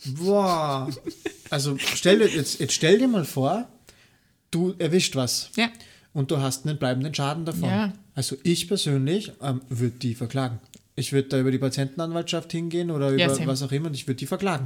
Boah. Also jetzt stell dir mal vor, du erwischt was. Ja. Und du hast einen bleibenden Schaden davon. Ja. Also ich persönlich würde die verklagen. Ich würde da über die Patientenanwaltschaft hingehen oder über same. was auch immer und ich würde die verklagen.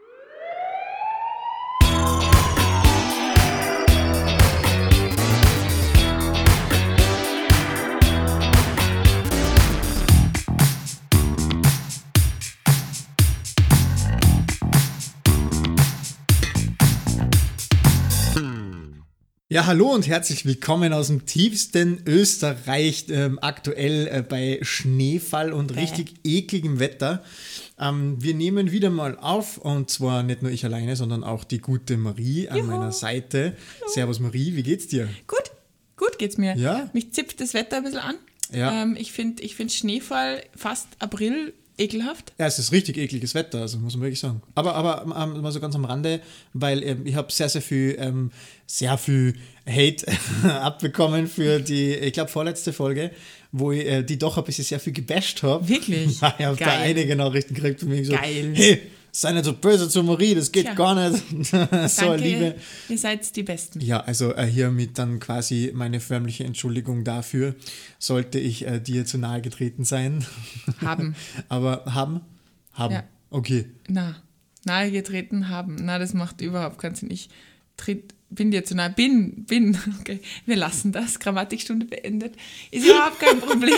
Ja, hallo und herzlich willkommen aus dem tiefsten Österreich, aktuell bei Schneefall und richtig ekligem Wetter. Wir nehmen wieder mal auf und zwar nicht nur ich alleine, sondern auch die gute Marie an meiner Seite. Hallo. Servus Marie, wie geht's dir? Gut geht's mir. Ja? Mich zipft das Wetter ein bisschen an. Ja. Ich find Schneefall fast April ekelhaft. Ja, es ist richtig ekliges Wetter, also muss man wirklich sagen. Aber mal so ganz am Rande, weil ich habe sehr viel Hate abbekommen für die, ich glaube, vorletzte Folge, wo ich die doch ein bisschen sehr viel gebasht habe. Wirklich? Ich habe da einige Nachrichten gekriegt von mir so, Geil. Hey, sei nicht so böse zu Marie, das geht gar nicht. So, Danke, Liebe. ihr seid die Besten. Ja, also hiermit dann quasi meine förmliche Entschuldigung dafür, sollte ich dir zu nahe getreten sein. Haben. Aber haben? Ja. Okay. Nahe getreten haben. Das macht überhaupt keinen Sinn. Ich bin dir zu nahe. Okay. Wir lassen das. Grammatikstunde beendet. Ist überhaupt kein Problem.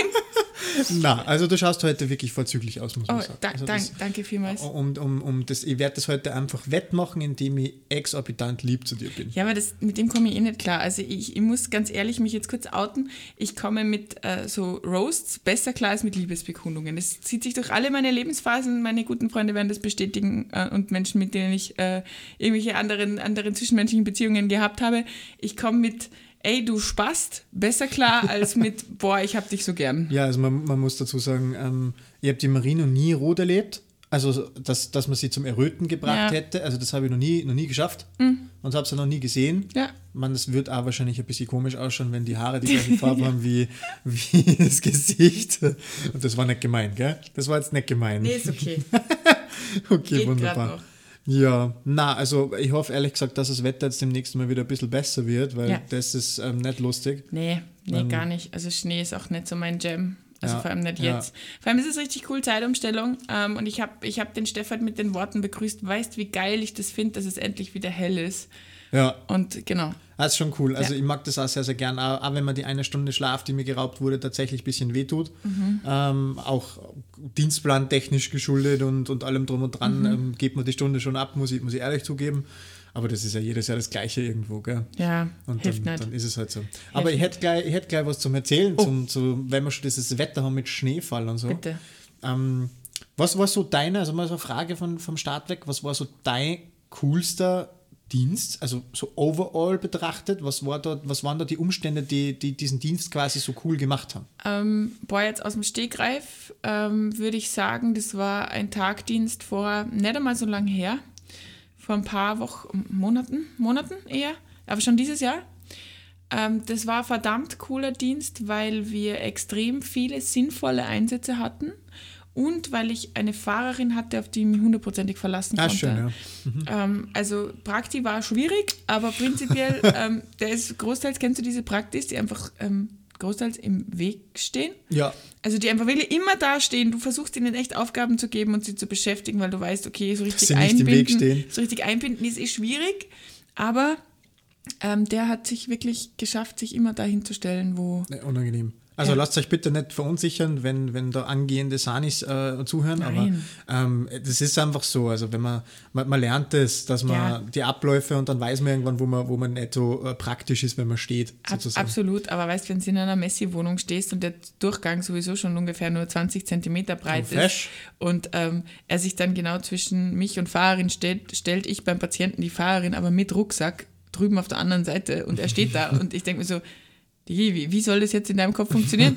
Also du schaust heute wirklich vorzüglich aus, muss man sagen. Danke vielmals. Ich werde das heute einfach wettmachen, indem ich exorbitant lieb zu dir bin. Ja, aber mit dem komme ich nicht klar. Also ich muss ganz ehrlich mich jetzt kurz outen. Ich komme mit so Roasts besser klar als mit Liebesbekundungen. Das zieht sich durch alle meine Lebensphasen. Meine guten Freunde werden das bestätigen und Menschen, mit denen ich irgendwelche anderen zwischenmenschlichen Beziehungen gehabt habe. Ich komme mit ey, du Spast, besser klar als mit, boah, ich hab dich so gern. Ja, also man muss dazu sagen, ich habe die Marie noch nie rot erlebt. Also, dass man sie zum Erröten gebracht hätte. Also, das habe ich noch nie geschafft. Und habe sie noch nie gesehen. Ja. Das wird auch wahrscheinlich ein bisschen komisch ausschauen, wenn die Haare die gleiche Farbe haben wie das Gesicht. Und das war nicht gemein, gell? Das war jetzt nicht gemein. Nee, ist okay. Okay, geht wunderbar. Noch. Ja, also ich hoffe ehrlich gesagt, dass das Wetter jetzt demnächst mal wieder ein bisschen besser wird, weil das ist nicht lustig. Nee, gar nicht. Also Schnee ist auch nicht so mein Jam. Also vor allem nicht jetzt. Ja. Vor allem ist es richtig cool, Zeitumstellung. Und ich hab den Stefan mit den Worten begrüßt, weißt, wie geil ich das finde, dass es endlich wieder hell ist. Ja. Und genau. Das ist schon cool. Also ich mag das auch sehr, sehr gern. Auch wenn man die eine Stunde Schlaf, die mir geraubt wurde, tatsächlich ein bisschen wehtut. Auch dienstplantechnisch geschuldet und allem drum und dran geht man die Stunde schon ab, muss ich ehrlich zugeben. Aber das ist ja jedes Jahr das Gleiche irgendwo, gell? Ja, und hilft nicht. Dann ist es halt so. Aber ich hätte gleich was zum Erzählen, wenn wir schon dieses Wetter haben mit Schneefall und so. Bitte. Was war so also mal so eine Frage vom Start weg, was war so dein coolster Dienst, also so overall betrachtet, was waren da die Umstände, die diesen Dienst quasi so cool gemacht haben? Jetzt aus dem Stegreif würde ich sagen, das war ein Tagdienst vor nicht einmal so lang her, vor ein paar Monaten eher, aber schon dieses Jahr. Das war ein verdammt cooler Dienst, weil wir extrem viele sinnvolle Einsätze hatten. Und weil ich eine Fahrerin hatte, auf die ich mich hundertprozentig verlassen konnte. Schön, ja. Also Prakti war schwierig, aber prinzipiell, der ist großteils, kennst du diese Praktis, die einfach großteils im Weg stehen? Ja. Also die einfach wirklich immer da stehen. Du versuchst ihnen echt Aufgaben zu geben und sie zu beschäftigen, weil du weißt, okay, so richtig einbinden ist schwierig. Aber der hat sich wirklich geschafft, sich immer dahin zu stellen, wo... Unangenehm. Also lasst euch bitte nicht verunsichern, wenn da angehende Sanis zuhören, Nein. aber das ist einfach so. Also wenn man lernt es, dass man die Abläufe und dann weiß man irgendwann, wo man nicht so praktisch ist, wenn man steht. Sozusagen. Absolut, aber weißt du, wenn du in einer Messi-Wohnung stehst und der Durchgang sowieso schon ungefähr nur 20 Zentimeter breit ist und er sich dann genau zwischen mich und Fahrerin stellt ich beim Patienten die Fahrerin aber mit Rucksack drüben auf der anderen Seite und er steht da und ich denke mir so, wie soll das jetzt in deinem Kopf funktionieren?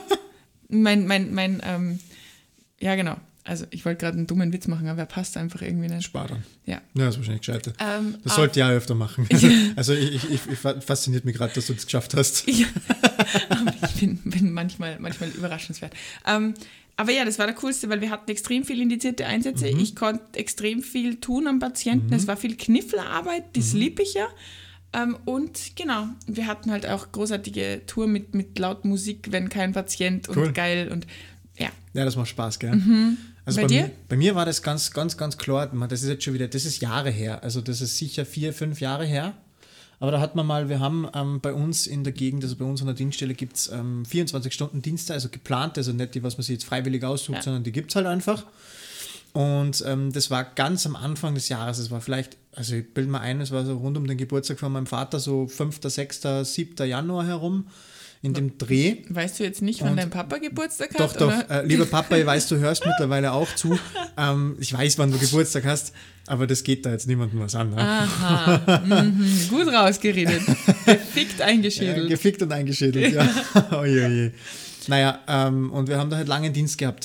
Ja, genau. Also ich wollte gerade einen dummen Witz machen, aber er passt einfach irgendwie nicht. Sparen. Ja. Das ist wahrscheinlich gescheiter. Das sollte ich auch öfter machen. Also ich fasziniert mich gerade, dass du das geschafft hast. Ja, aber ich bin manchmal überraschenswert. Aber ja, das war der coolste, weil wir hatten extrem viel indizierte Einsätze. Ich konnte extrem viel tun am Patienten. Es war viel Knifflerarbeit, das liebe ich ja. Und genau, wir hatten halt auch großartige Tour mit laut Musik, wenn kein Patient und geil und ja. Ja, das macht Spaß, gell? Also bei dir? Bei mir war das ganz klar, das ist jetzt schon wieder, das ist Jahre her, also das ist sicher 4-5 Jahre her. Aber da hat man mal, wir haben bei uns in der Gegend, also bei uns an der Dienststelle gibt es 24-Stunden-Dienste, also geplant, also nicht die, was man sich jetzt freiwillig aussucht, sondern die gibt es halt einfach. Und das war ganz am Anfang des Jahres, es war vielleicht, also ich bilde mal ein, es war so rund um den Geburtstag von meinem Vater, so 5., 6., 7. Januar herum, in dem Dreh. Weißt du jetzt nicht, wann dein Papa Geburtstag hat? Doch, lieber Papa, ich weiß, du hörst mittlerweile auch zu. Ich weiß, wann du Geburtstag hast, aber das geht da jetzt niemandem was an. Ne? Aha, gut rausgeredet. Gefickt eingeschädelt. Gefickt und eingeschädelt, ja. Oje. Naja, und wir haben da halt lange Dienst gehabt.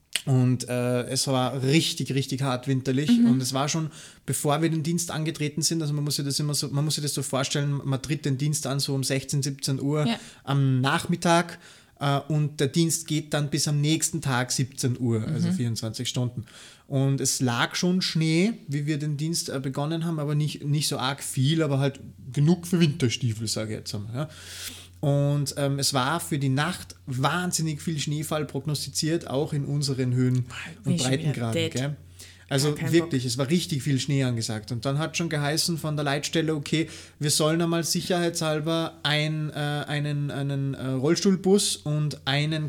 Und es war richtig hart winterlich und es war schon, bevor wir den Dienst angetreten sind, also man muss sich das so vorstellen, man tritt den Dienst an so um 16, 17 Uhr am Nachmittag und der Dienst geht dann bis am nächsten Tag 17 Uhr, also 24 Stunden. Und es lag schon Schnee, wie wir den Dienst begonnen haben, aber nicht so arg viel, aber halt genug für Winterstiefel, sage ich jetzt einmal. Ja. Und es war für die Nacht wahnsinnig viel Schneefall prognostiziert, auch in unseren Höhen- und Breitengraden. Gell? Also wirklich, es war richtig viel Schnee angesagt. Und dann hat schon geheißen von der Leitstelle, okay, wir sollen einmal sicherheitshalber einen Rollstuhlbus und einen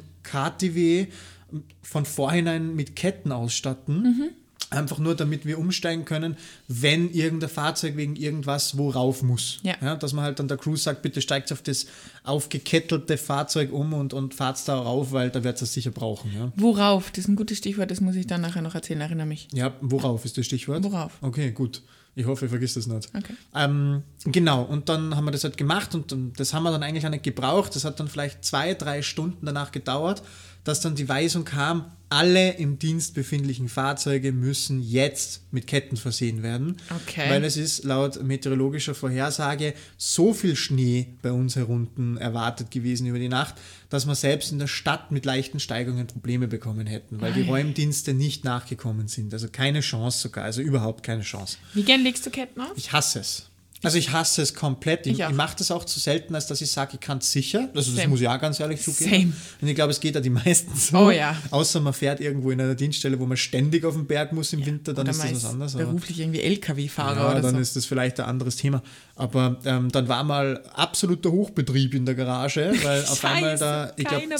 KTW von vorhinein mit Ketten ausstatten. Einfach nur, damit wir umsteigen können, wenn irgendein Fahrzeug wegen irgendwas wo rauf muss. Ja, dass man halt dann der Crew sagt, bitte steigt auf das aufgekettelte Fahrzeug um und fahrt da rauf, weil da wird es das sicher brauchen. Ja. Worauf? Das ist ein gutes Stichwort, das muss ich dann nachher noch erzählen, erinnere mich. Ja, worauf ist das Stichwort? Worauf? Okay, gut. Ich hoffe, ich vergiss das nicht. Okay. Genau, und dann haben wir das halt gemacht und das haben wir dann eigentlich auch nicht gebraucht. Das hat dann vielleicht 2-3 Stunden danach gedauert, dass dann die Weisung kam, alle im Dienst befindlichen Fahrzeuge müssen jetzt mit Ketten versehen werden, weil es ist laut meteorologischer Vorhersage so viel Schnee bei uns herunten erwartet gewesen über die Nacht, dass wir selbst in der Stadt mit leichten Steigungen Probleme bekommen hätten, weil die Räumdienste nicht nachgekommen sind. Also keine Chance sogar, also überhaupt keine Chance. Wie gern legst du Ketten auf? Ich hasse es. Also ich hasse es komplett. Ich mache das auch zu selten, als dass ich sage, ich kann es sicher. Also das muss ich auch ganz ehrlich zugeben. Und ich glaube, es geht ja die meisten so. Oh ja. Außer man fährt irgendwo in einer Dienststelle, wo man ständig auf den Berg muss im Winter, dann ist das was anderes. Beruflich irgendwie LKW-Fahrer oder dann so. ist das vielleicht ein anderes Thema. Aber dann war mal absoluter Hochbetrieb in der Garage, weil auf einmal da, ich glaube,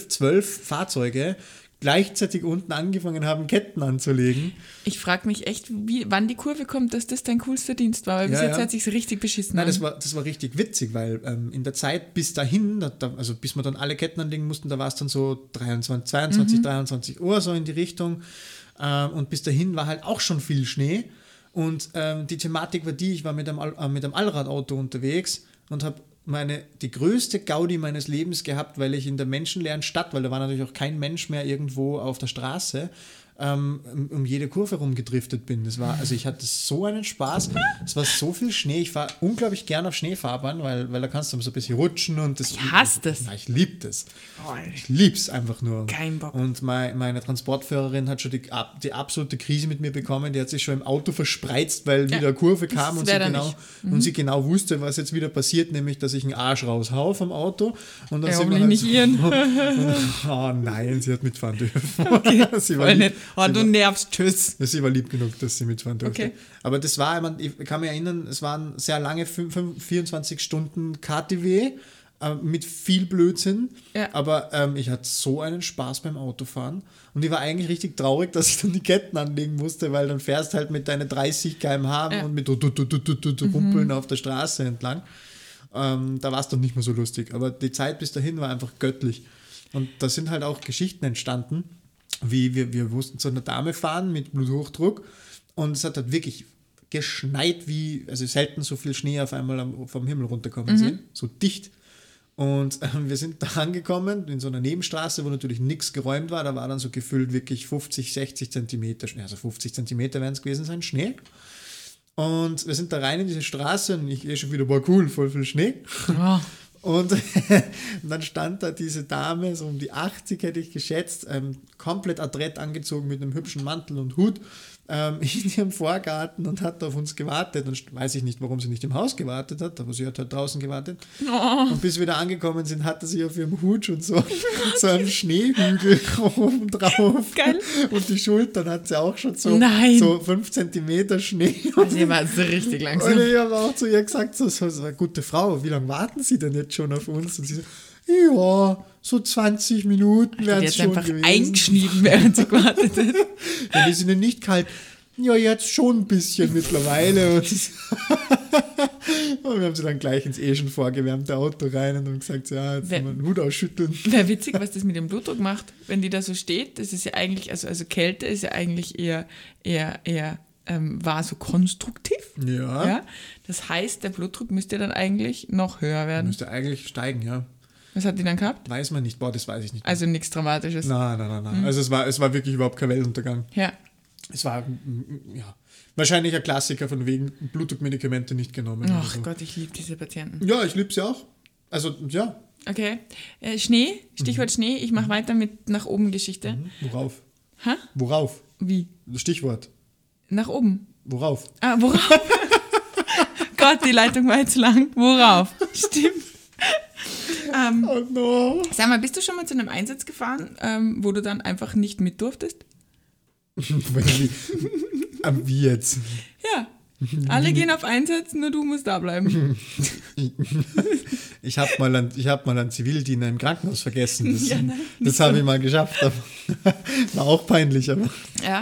12 Fahrzeuge gleichzeitig unten angefangen haben, Ketten anzulegen. Ich frage mich echt, wann die Kurve kommt, dass das dein coolster Dienst war, weil bis jetzt hat es sich richtig beschissen. Nein, das war richtig witzig, weil in der Zeit bis dahin, also bis wir dann alle Ketten anlegen mussten, da war es dann so 23 Uhr, so in die Richtung. Und bis dahin war halt auch schon viel Schnee. Und die Thematik war ich war mit einem Allradauto unterwegs und habe die größte Gaudi meines Lebens gehabt, weil ich in der menschenleeren Stadt, weil da war natürlich auch kein Mensch mehr irgendwo auf der Straße, um jede Kurve rumgedriftet bin. Also ich hatte so einen Spaß, es war so viel Schnee, ich fahre unglaublich gern auf Schneefahrbahn, weil da kannst du so ein bisschen rutschen und das. Ich hasse das. Ich liebe das. Ich liebe es einfach nur. Kein Bock. Und meine Transportführerin hat schon die absolute Krise mit mir bekommen, die hat sich schon im Auto verspreizt, weil wieder eine Kurve kam und sie genau wusste, was jetzt wieder passiert, nämlich, dass ich einen Arsch raushau vom Auto. Und dann sind wir halt nicht ihren. Oh nein, sie hat mitfahren dürfen. Okay, voll nett. Oh, du nervst, tschüss. Sie war lieb genug, dass sie mitfahren durfte. Okay. Aber das war, ich kann mich erinnern, es waren sehr lange 24 Stunden KTW mit viel Blödsinn. Ja. Aber ich hatte so einen Spaß beim Autofahren. Und ich war eigentlich richtig traurig, dass ich dann die Ketten anlegen musste, weil dann fährst halt mit deinen 30 km/h und mit Rumpeln auf der Straße entlang. Da war es dann nicht mehr so lustig. Aber die Zeit bis dahin war einfach göttlich. Und da sind halt auch Geschichten entstanden, wie wir mussten zu einer Dame fahren mit Bluthochdruck und es hat halt wirklich geschneit, also selten so viel Schnee auf einmal vom Himmel runterkommen sehen, so dicht. Und wir sind da angekommen in so einer Nebenstraße, wo natürlich nichts geräumt war, da war dann so gefüllt wirklich 50, 60 Zentimeter Schnee, also 50 Zentimeter werden es gewesen sein, Schnee. Und wir sind da rein in diese Straße und ich schon wieder, boah cool, voll viel Schnee. Oh. Und dann stand da diese Dame, so um die 80 hätte ich geschätzt, komplett adrett angezogen mit einem hübschen Mantel und Hut, in ihrem Vorgarten und hat auf uns gewartet. Und weiß ich nicht, warum sie nicht im Haus gewartet hat, aber sie hat halt draußen gewartet. Oh. Und bis wir da angekommen sind, hatte sie auf ihrem Hut schon so einen Schneehügel oben drauf. Geil. Und die Schultern hat sie auch schon so 5 Zentimeter Schnee. Also ihr war so richtig langsam. Und ich habe auch zu ihr gesagt, so eine gute Frau, wie lange warten Sie denn jetzt schon auf uns? Und sie so, ja, so 20 Minuten wären es schon gewesen. Einfach eingeschnitten, während sie gewartet hat. Dann ist ihnen nicht kalt. Ja, jetzt schon ein bisschen mittlerweile. Und wir haben sie dann gleich ins schon vorgewärmte Auto rein und haben gesagt, ja, jetzt mal den Hut ausschütteln. Wäre witzig, was das mit dem Blutdruck macht, wenn die da so steht. Das ist ja eigentlich, also Kälte ist ja eigentlich eher war so konstruktiv. Ja. Das heißt, der Blutdruck müsste dann eigentlich noch höher werden. Müsste eigentlich steigen, ja. Was hat die dann gehabt? Weiß man nicht. Boah, das weiß ich nicht. Also nichts Dramatisches. Nein. Also es war wirklich überhaupt kein Weltuntergang. Ja. Es war, ja, wahrscheinlich ein Klassiker von wegen Blutdruckmedikamente nicht genommen. Ach so. Gott, ich liebe diese Patienten. Ja, ich liebe sie auch. Also, ja. Okay. Schnee, Stichwort Schnee. Ich mache weiter mit nach oben Geschichte. Worauf? Hä? Worauf? Wie? Stichwort. Nach oben. Worauf? Worauf? Gott, die Leitung war jetzt lang. Worauf? Stimmt. Oh no. Sag mal, bist du schon mal zu einem Einsatz gefahren, wo du dann einfach nicht mit durftest? Wie jetzt? Ja. Alle gehen auf Einsatz, nur du musst da bleiben. Ich habe mal einen Zivildiener im Krankenhaus vergessen. Das habe ich mal geschafft. War auch peinlich. Aber. Ja.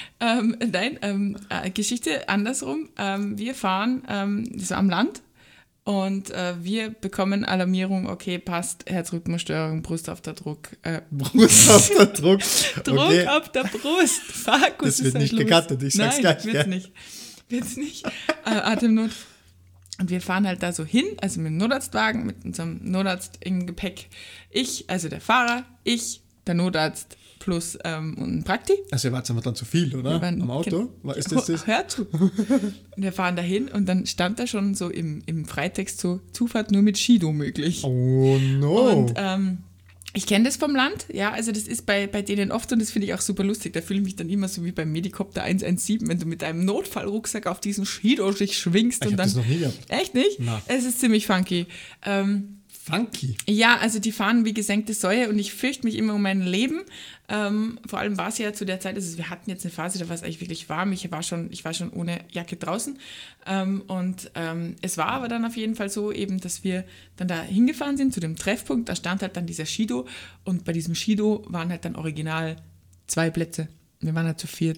Geschichte andersrum. Wir fahren, das war am Land. Und wir bekommen Alarmierung, okay, passt, Herzrhythmusstörung, Brust auf der Druck. Brust auf der Druck? Druck okay. Auf der Brust. Fuck, das wird nicht gecuttet, ich sag's gleich. Nein, wird's nicht. Atemnot. Und wir fahren halt da so hin, also mit dem Notarztwagen, mit unserem Notarzt im Gepäck. Also der Fahrer, der Notarzt plus ein Prakti. Also ihr wart aber dann zu viel, oder? Am Auto? Ist das? Hör zu. Und wir fahren dahin und dann stand da schon so im Freitext so, Zufahrt nur mit Shido möglich. Oh no. Und ich kenne das vom Land, ja, also das ist bei denen oft und das finde ich auch super lustig. Da fühle ich mich dann immer so wie beim Medikopter 117, wenn du mit deinem Notfallrucksack auf diesen Shido dich schwingst. Ich habe das noch nie gehabt. Echt nicht? Na. Es ist ziemlich funky. Funky? Ja, also die fahren wie gesenkte Säue und ich fürchte mich immer um mein Leben. Vor allem war es ja zu der Zeit, also wir hatten jetzt eine Phase, da war es eigentlich wirklich warm. Ich war schon ohne Jacke draußen. Es war aber dann auf jeden Fall so eben, dass wir dann da hingefahren sind zu dem Treffpunkt. Da stand halt dann dieser Shido und bei diesem Shido waren halt dann original 2 Plätze. Wir waren halt zu 4.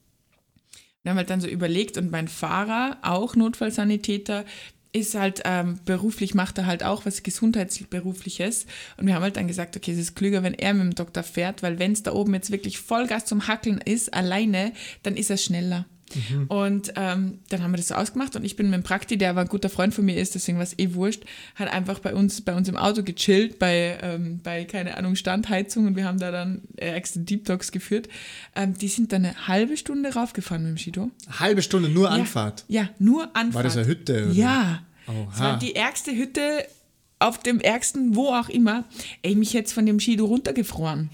Wir haben halt dann so überlegt und mein Fahrer, auch Notfallsanitäter, ist halt beruflich, macht er halt auch was Gesundheitsberufliches und wir haben halt dann gesagt, okay, es ist klüger, wenn er mit dem Doktor fährt, weil wenn es da oben jetzt wirklich Vollgas zum Hackeln ist, alleine, dann ist er schneller. Mhm. Und dann haben wir das so ausgemacht und ich bin mit dem Prakti, der aber ein guter Freund von mir ist, deswegen war es wurscht, hat einfach bei uns im Auto gechillt, bei keine Ahnung, Standheizung und wir haben da dann extra Deep Talks geführt. Die sind dann eine halbe Stunde raufgefahren mit dem Shido. Eine halbe Stunde nur Anfahrt? Ja, nur Anfahrt. War das eine Hütte? Oder? Ja. Es war die ärgste Hütte auf dem ärgsten, wo auch immer. Mich jetzt von dem Shido runtergefroren.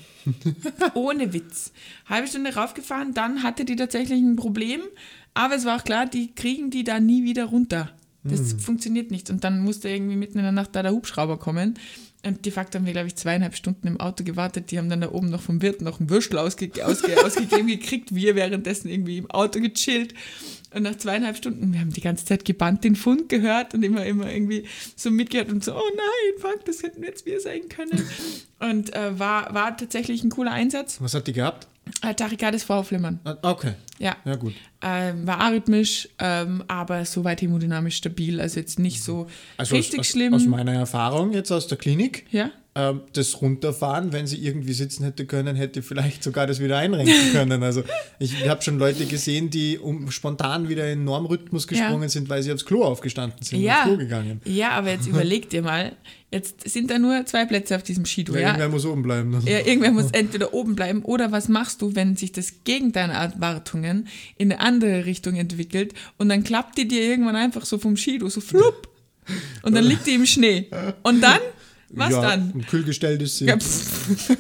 Ohne Witz. Halbe Stunde raufgefahren, dann hatte die tatsächlich ein Problem, aber es war auch klar, die kriegen die da nie wieder runter. Das funktioniert nicht. Und dann musste irgendwie mitten in der Nacht da der Hubschrauber kommen. Und de facto haben wir, glaube ich, 2,5 Stunden im Auto gewartet. Die haben dann da oben noch vom Wirt noch einen Würstel ausgegeben gekriegt. Wir währenddessen irgendwie im Auto gechillt. Und nach 2,5 Stunden, wir haben die ganze Zeit gebannt den Funk gehört und immer irgendwie so mitgehört und so, oh nein, fuck, das hätten jetzt wir sein können. Und war tatsächlich ein cooler Einsatz. Was hat die gehabt? Tachykardis Voraufflimmern. Okay. Ja gut. War arrhythmisch, aber soweit hämodynamisch stabil, also jetzt nicht so richtig schlimm. Aus meiner Erfahrung jetzt aus der Klinik, ja? Das Runterfahren, wenn sie irgendwie sitzen hätte können, hätte vielleicht sogar das wieder einrenken können. Also ich habe schon Leute gesehen, die spontan wieder in Normrhythmus gesprungen sind, weil sie aufs Klo aufgestanden sind und aufs Klo gegangen. Ja, aber jetzt überleg dir mal, jetzt sind da nur 2 Plätze auf diesem Shido. Ja, irgendwer muss oben bleiben. Ja, irgendwer muss entweder oben bleiben oder was machst du, wenn sich das gegen deine Erwartungen in eine andere Richtung entwickelt und dann klappt die dir irgendwann einfach so vom Shido, so flupp. Und dann liegt die im Schnee. Und dann? Was dann? Im Kühlgestell ist sie. Ja, das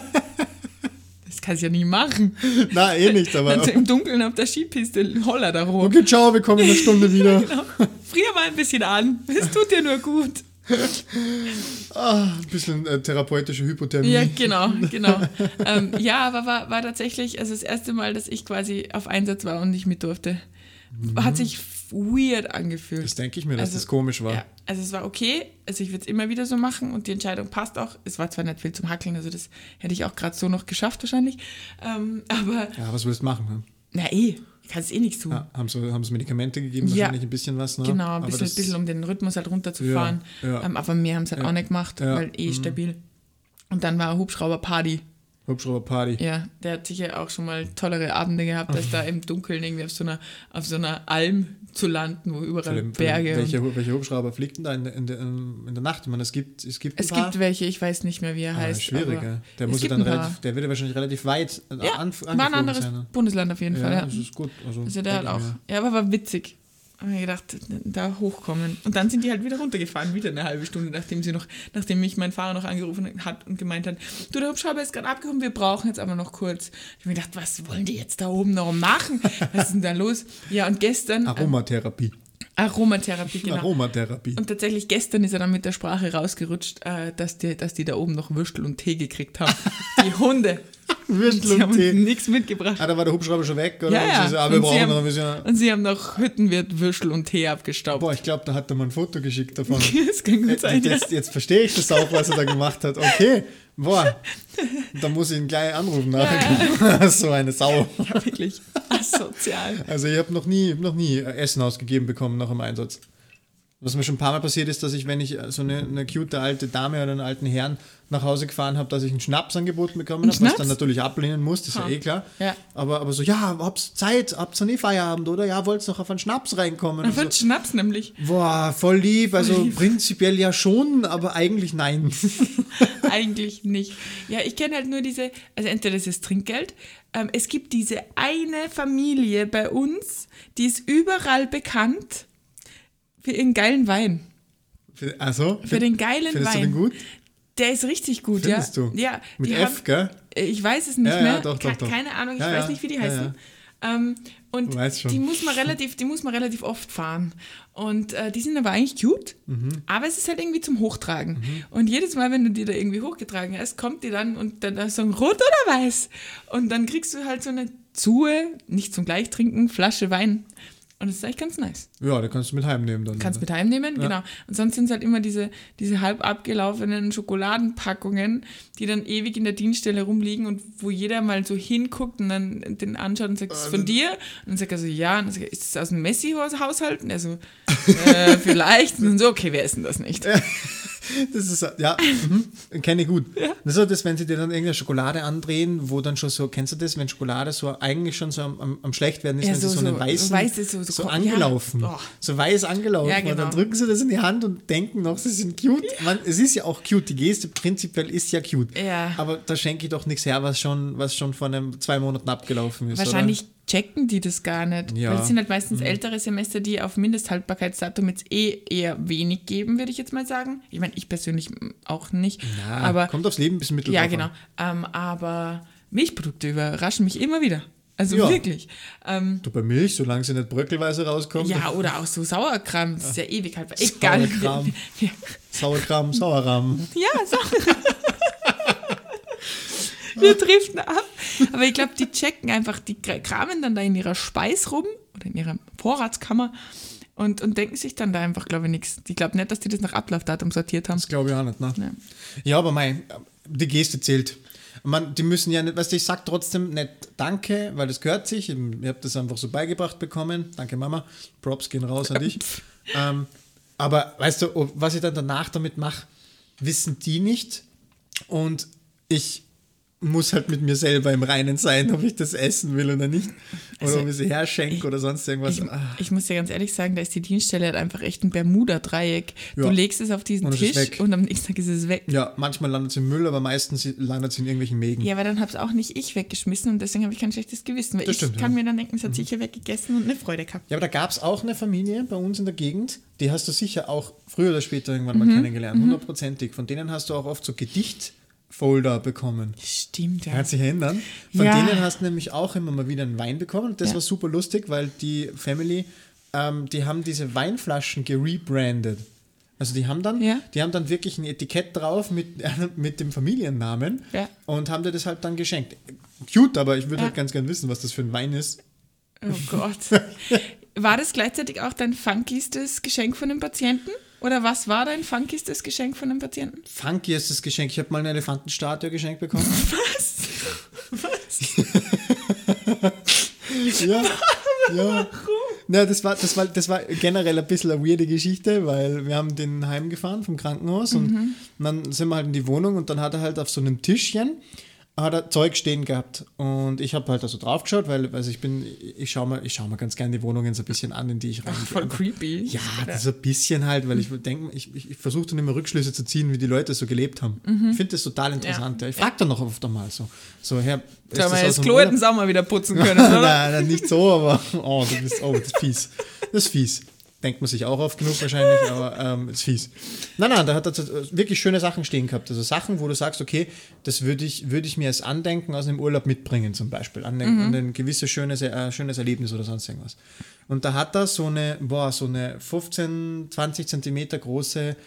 kannst du ja nie machen. Nein, eh nicht, aber... Dann im Dunkeln auf der Skipiste, holla da rum. Okay, ciao, wir kommen in einer Stunde wieder. Genau. Frier mal ein bisschen an. Es tut dir nur gut. Ein bisschen therapeutische Hypothermie. Ja, genau. Ja, aber war tatsächlich also das erste Mal, dass ich quasi auf Einsatz war und nicht mit durfte. Hat sich weird angefühlt. Das denke ich mir, dass das komisch war. Ja, also es war okay, also ich würde es immer wieder so machen und die Entscheidung passt auch. Es war zwar nicht viel zum Hackeln, also das hätte ich auch gerade so noch geschafft wahrscheinlich, aber... Ja, was willst du machen? Ne? Na kannst eh nichts tun. Ja, haben sie Medikamente gegeben, wahrscheinlich ein bisschen was, ne? Genau, ein bisschen um den Rhythmus halt runterzufahren. Ja. Aber mehr haben es halt auch nicht gemacht, weil stabil. Und dann war Hubschrauber-Party. Hubschrauber-Party. Ja, der hat sicher auch schon mal tollere Abende gehabt, als da im Dunkeln irgendwie auf so einer Alm zu landen, wo überall Berge... Welcher Hubschrauber fliegt denn da in der Nacht? Ich meine, es gibt welche, ich weiß nicht mehr, wie er heißt. Schwierig, ja. Der wird ja wahrscheinlich relativ weit war ein anderes Bundesland auf jeden Fall. Ja, das ist gut. Also der hat auch... Ja, aber war witzig. Habe mir gedacht, da hochkommen. Und dann sind die halt wieder runtergefahren, wieder eine halbe Stunde, nachdem mich mein Fahrer noch angerufen hat und gemeint hat, du, der Hubschrauber ist gerade abgekommen, wir brauchen jetzt aber noch kurz. Ich habe mir gedacht, was wollen die jetzt da oben noch machen? Was ist denn da los? Ja, und gestern... Aromatherapie, genau. Aromatherapie. Und tatsächlich gestern ist er dann mit der Sprache rausgerutscht, dass die da oben noch Würstel und Tee gekriegt haben. Die Hunde. Würstel und Tee. Nichts mitgebracht. Da war der Hubschrauber schon weg? Oder? Ja. Wir brauchen noch ein bisschen. Und sie haben noch Hüttenwirt Würstel und Tee abgestaubt. Boah, ich glaube, da hat er mal ein Foto geschickt davon. Das kann gut sein. Jetzt verstehe ich das auch, was er da gemacht hat. Okay, boah, da muss ich ihn gleich anrufen. Ja. So eine Sau. Ja, wirklich asozial. Also ich habe noch nie Essen ausgegeben bekommen nach dem Einsatz. Was mir schon ein paar Mal passiert ist, dass ich, wenn ich so eine cute alte Dame oder einen alten Herrn nach Hause gefahren habe, dass ich einen Schnaps angeboten bekommen habe, was dann natürlich ablehnen muss, das ist ja eh klar. Ja. Aber so, ja, habt's Zeit, habt's noch nie Feierabend, oder? Ja, wollt's noch auf einen Schnaps reinkommen? Auf einen Schnaps nämlich. Boah, voll lieb, also prinzipiell ja schon, aber eigentlich nein. Eigentlich nicht. Ja, ich kenne halt nur also entweder das ist Trinkgeld, es gibt diese eine Familie bei uns, die ist überall bekannt, für ihren geilen Wein. Für den geilen findest Wein. Du den gut? Der ist richtig gut, findest du? Ja. Mit F, gell? Ich weiß es nicht mehr. Doch. Keine Ahnung, ich weiß nicht, wie die heißen. Und die muss man relativ oft fahren. Und die sind aber eigentlich cute, aber es ist halt irgendwie zum Hochtragen. Und jedes Mal, wenn du die da irgendwie hochgetragen hast, kommt die dann und dann sagen, rot oder weiß? Und dann kriegst du halt so eine nicht zum Gleichtrinken, Flasche Wein. Und das ist eigentlich ganz nice. Ja, da kannst du mit heimnehmen dann. Mit heimnehmen, genau. Und sonst sind es halt immer diese halb abgelaufenen Schokoladenpackungen, die dann ewig in der Dienststelle rumliegen und wo jeder mal so hinguckt und dann den anschaut und sagt, ist das von dir? Und dann sagt er so, ja. Und dann sagt er, ist das aus dem Messi-Haushalt? Und er so, vielleicht. Und dann so, okay, wer ist denn das nicht? Das ist, ja, kenne ich gut. Ja. Das ist das, wenn sie dir dann irgendeine Schokolade andrehen, wo dann schon so, kennst du das, wenn Schokolade so eigentlich schon so am schlecht werden ist, wenn sie so eine so angelaufen, so weiß angelaufen. Ja, genau. Und dann drücken sie das in die Hand und denken noch, sie sind cute. Ja. Es ist ja auch cute, die Geste prinzipiell ist ja cute. Ja. Aber da schenke ich doch nichts her, was schon vor 2 Monaten abgelaufen ist. Wahrscheinlich oder? Checken die das gar nicht. Ja. Weil es sind halt meistens ältere Semester, die auf Mindesthaltbarkeitsdatum jetzt eher wenig geben, würde ich jetzt mal sagen. Ich meine, ich persönlich auch nicht. Ja, aber kommt aufs Leben ein bisschen mit. Ja, genau. Aber Milchprodukte überraschen mich immer wieder. Also wirklich. Du bei Milch, solange sie nicht bröckelweise rauskommt. Ja, oder auch so Sauerkram, das ist ja ewig haltbar. Egal. Sauerrahm. Ja, Sauerrahm. Wir driften ab. Aber ich glaube, die checken einfach, die kramen dann da in ihrer Speis rum oder in ihrer Vorratskammer und denken sich dann da einfach, glaube ich, nichts. Ich glaube nicht, dass die das nach Ablaufdatum sortiert haben. Das glaube ich auch nicht, ne? Ja, aber die Geste zählt. Die müssen ja nicht, weißt du, ich sag trotzdem nicht Danke, weil das gehört sich. Ich habe das einfach so beigebracht bekommen. Danke, Mama. Props gehen raus an dich. Aber weißt du, was ich dann danach damit mache, wissen die nicht. Und ich muss halt mit mir selber im Reinen sein, ob ich das essen will oder nicht. Oder Also ob ich sie herschenke oder sonst irgendwas. Ich muss dir ganz ehrlich sagen, da ist die Dienststelle halt einfach echt ein Bermuda-Dreieck. Ja. Du legst es auf diesen Und es ist Tisch weg. und am nächsten Tag ist es weg. Ja, manchmal landet es im Müll, aber meistens landet es in irgendwelchen Mägen. Ja, aber dann habe es auch nicht ich weggeschmissen und deswegen habe ich kein schlechtes Gewissen. Weil Das ich stimmt, kann ja. mir dann denken, es hat sicher weggegessen und eine Freude gehabt. Ja, aber da gab es auch eine Familie bei uns in der Gegend, die hast du sicher auch früher oder später irgendwann mal kennengelernt, 100%ig. Von denen hast du auch oft so Gedichtfolder bekommen. Stimmt, ja. Kannst dich erinnern? Von Ja. denen hast du nämlich auch immer mal wieder einen Wein bekommen. Und das war super lustig, weil die Family, die haben diese Weinflaschen gerebrandet. Also die haben dann wirklich ein Etikett drauf mit dem Familiennamen und haben dir das halt dann geschenkt. Cute, aber ich würde halt ganz gern wissen, was das für ein Wein ist. Oh Gott. War das gleichzeitig auch dein funkistes Geschenk von dem Patienten? Oder was war dein funkistes Geschenk von dem Patienten? Funky ist das Geschenk. Ich habe mal eine Elefantenstatue geschenkt bekommen. Was? Ja. Warum? Na, das war generell ein bisschen eine weirde Geschichte, weil wir haben den heimgefahren vom Krankenhaus und dann sind wir halt in die Wohnung und dann hat er halt auf so einem Tischchen hat er Zeug stehen gehabt und ich habe halt da so drauf geschaut, weil also ich schaue mal ganz gerne die Wohnungen so ein bisschen an, in die ich rein. Voll creepy. Ja, das ist ein bisschen halt, weil ich denke, ich versuche dann immer Rückschlüsse zu ziehen, wie die Leute so gelebt haben. Ich finde das total interessant. Ja. Ich frage dann noch oft einmal so Herr, Sollen wir das Klo hätten Sommer wieder putzen können, oder? Nein, nicht so, aber das ist fies. Das ist fies. Denkt man sich auch oft genug wahrscheinlich, aber ist fies. Nein, da hat er wirklich schöne Sachen stehen gehabt. Also Sachen, wo du sagst, okay, das würde ich mir als Andenken aus einem Urlaub mitbringen zum Beispiel. An ein gewisses schönes Erlebnis oder sonst irgendwas. Und da hat er so eine 15, 20 Zentimeter große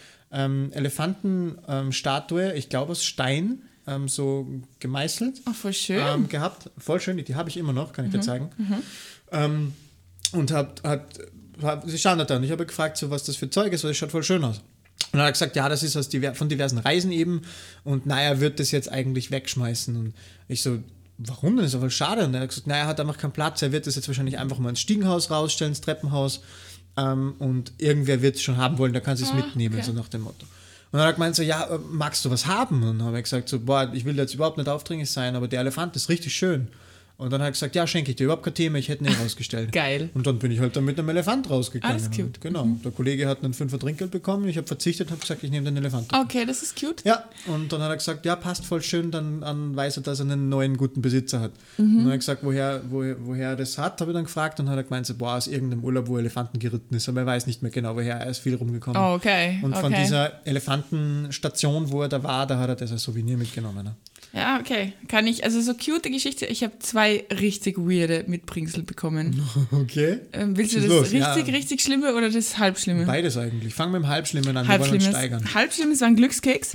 Elefantenstatue, ich glaube aus Stein, so gemeißelt. Oh, voll schön. Gehabt. Voll schön, die habe ich immer noch, kann ich dir zeigen. Und sie schauen da und ich habe gefragt, so, was das für Zeug ist, weil es schaut voll schön aus. Und dann hat er gesagt, ja, das ist von diversen Reisen eben und er wird das jetzt eigentlich wegschmeißen. Und ich so, warum denn? Das ist aber schade. Und er hat gesagt, er hat einfach keinen Platz, er wird das jetzt wahrscheinlich einfach mal ins Stiegenhaus rausstellen, ins Treppenhaus und irgendwer wird es schon haben wollen, da kann sie es mitnehmen, okay. So nach dem Motto. Und dann hat er gemeint so, ja, magst du was haben? Und dann habe ich gesagt so, ich will jetzt überhaupt nicht aufdringlich sein, aber der Elefant ist richtig schön. Und dann hat er gesagt, ja, schenke ich dir, überhaupt kein Thema, ich hätte ihn rausgestellt. Geil. Und dann bin ich halt dann mit einem Elefant rausgegangen. Alles cute. Und genau, der Kollege hat einen 5er Trinkgeld bekommen, ich habe verzichtet und habe gesagt, ich nehme den Elefant. Okay, das ist cute. Ja, und dann hat er gesagt, ja, passt voll schön, dann weiß er, dass er einen neuen guten Besitzer hat. Und dann habe ich gesagt, woher er das hat, habe ich dann gefragt und dann hat er gemeint, so, aus irgendeinem Urlaub, wo Elefanten geritten ist, aber er weiß nicht mehr genau, woher, er ist viel rumgekommen. Oh, okay. Und von dieser Elefantenstation, wo er da war, da hat er das als Souvenir mitgenommen. Ne? Ja, okay. Kann ich, also so cute Geschichte, ich habe 2 richtig weirde Mitbringsel bekommen. Okay. Willst du das richtig Schlimme oder das Halbschlimme? Beides eigentlich. Fangen wir mit dem Halbschlimmen an, wir wollen uns steigern. Halbschlimmes war ein Glückskeks.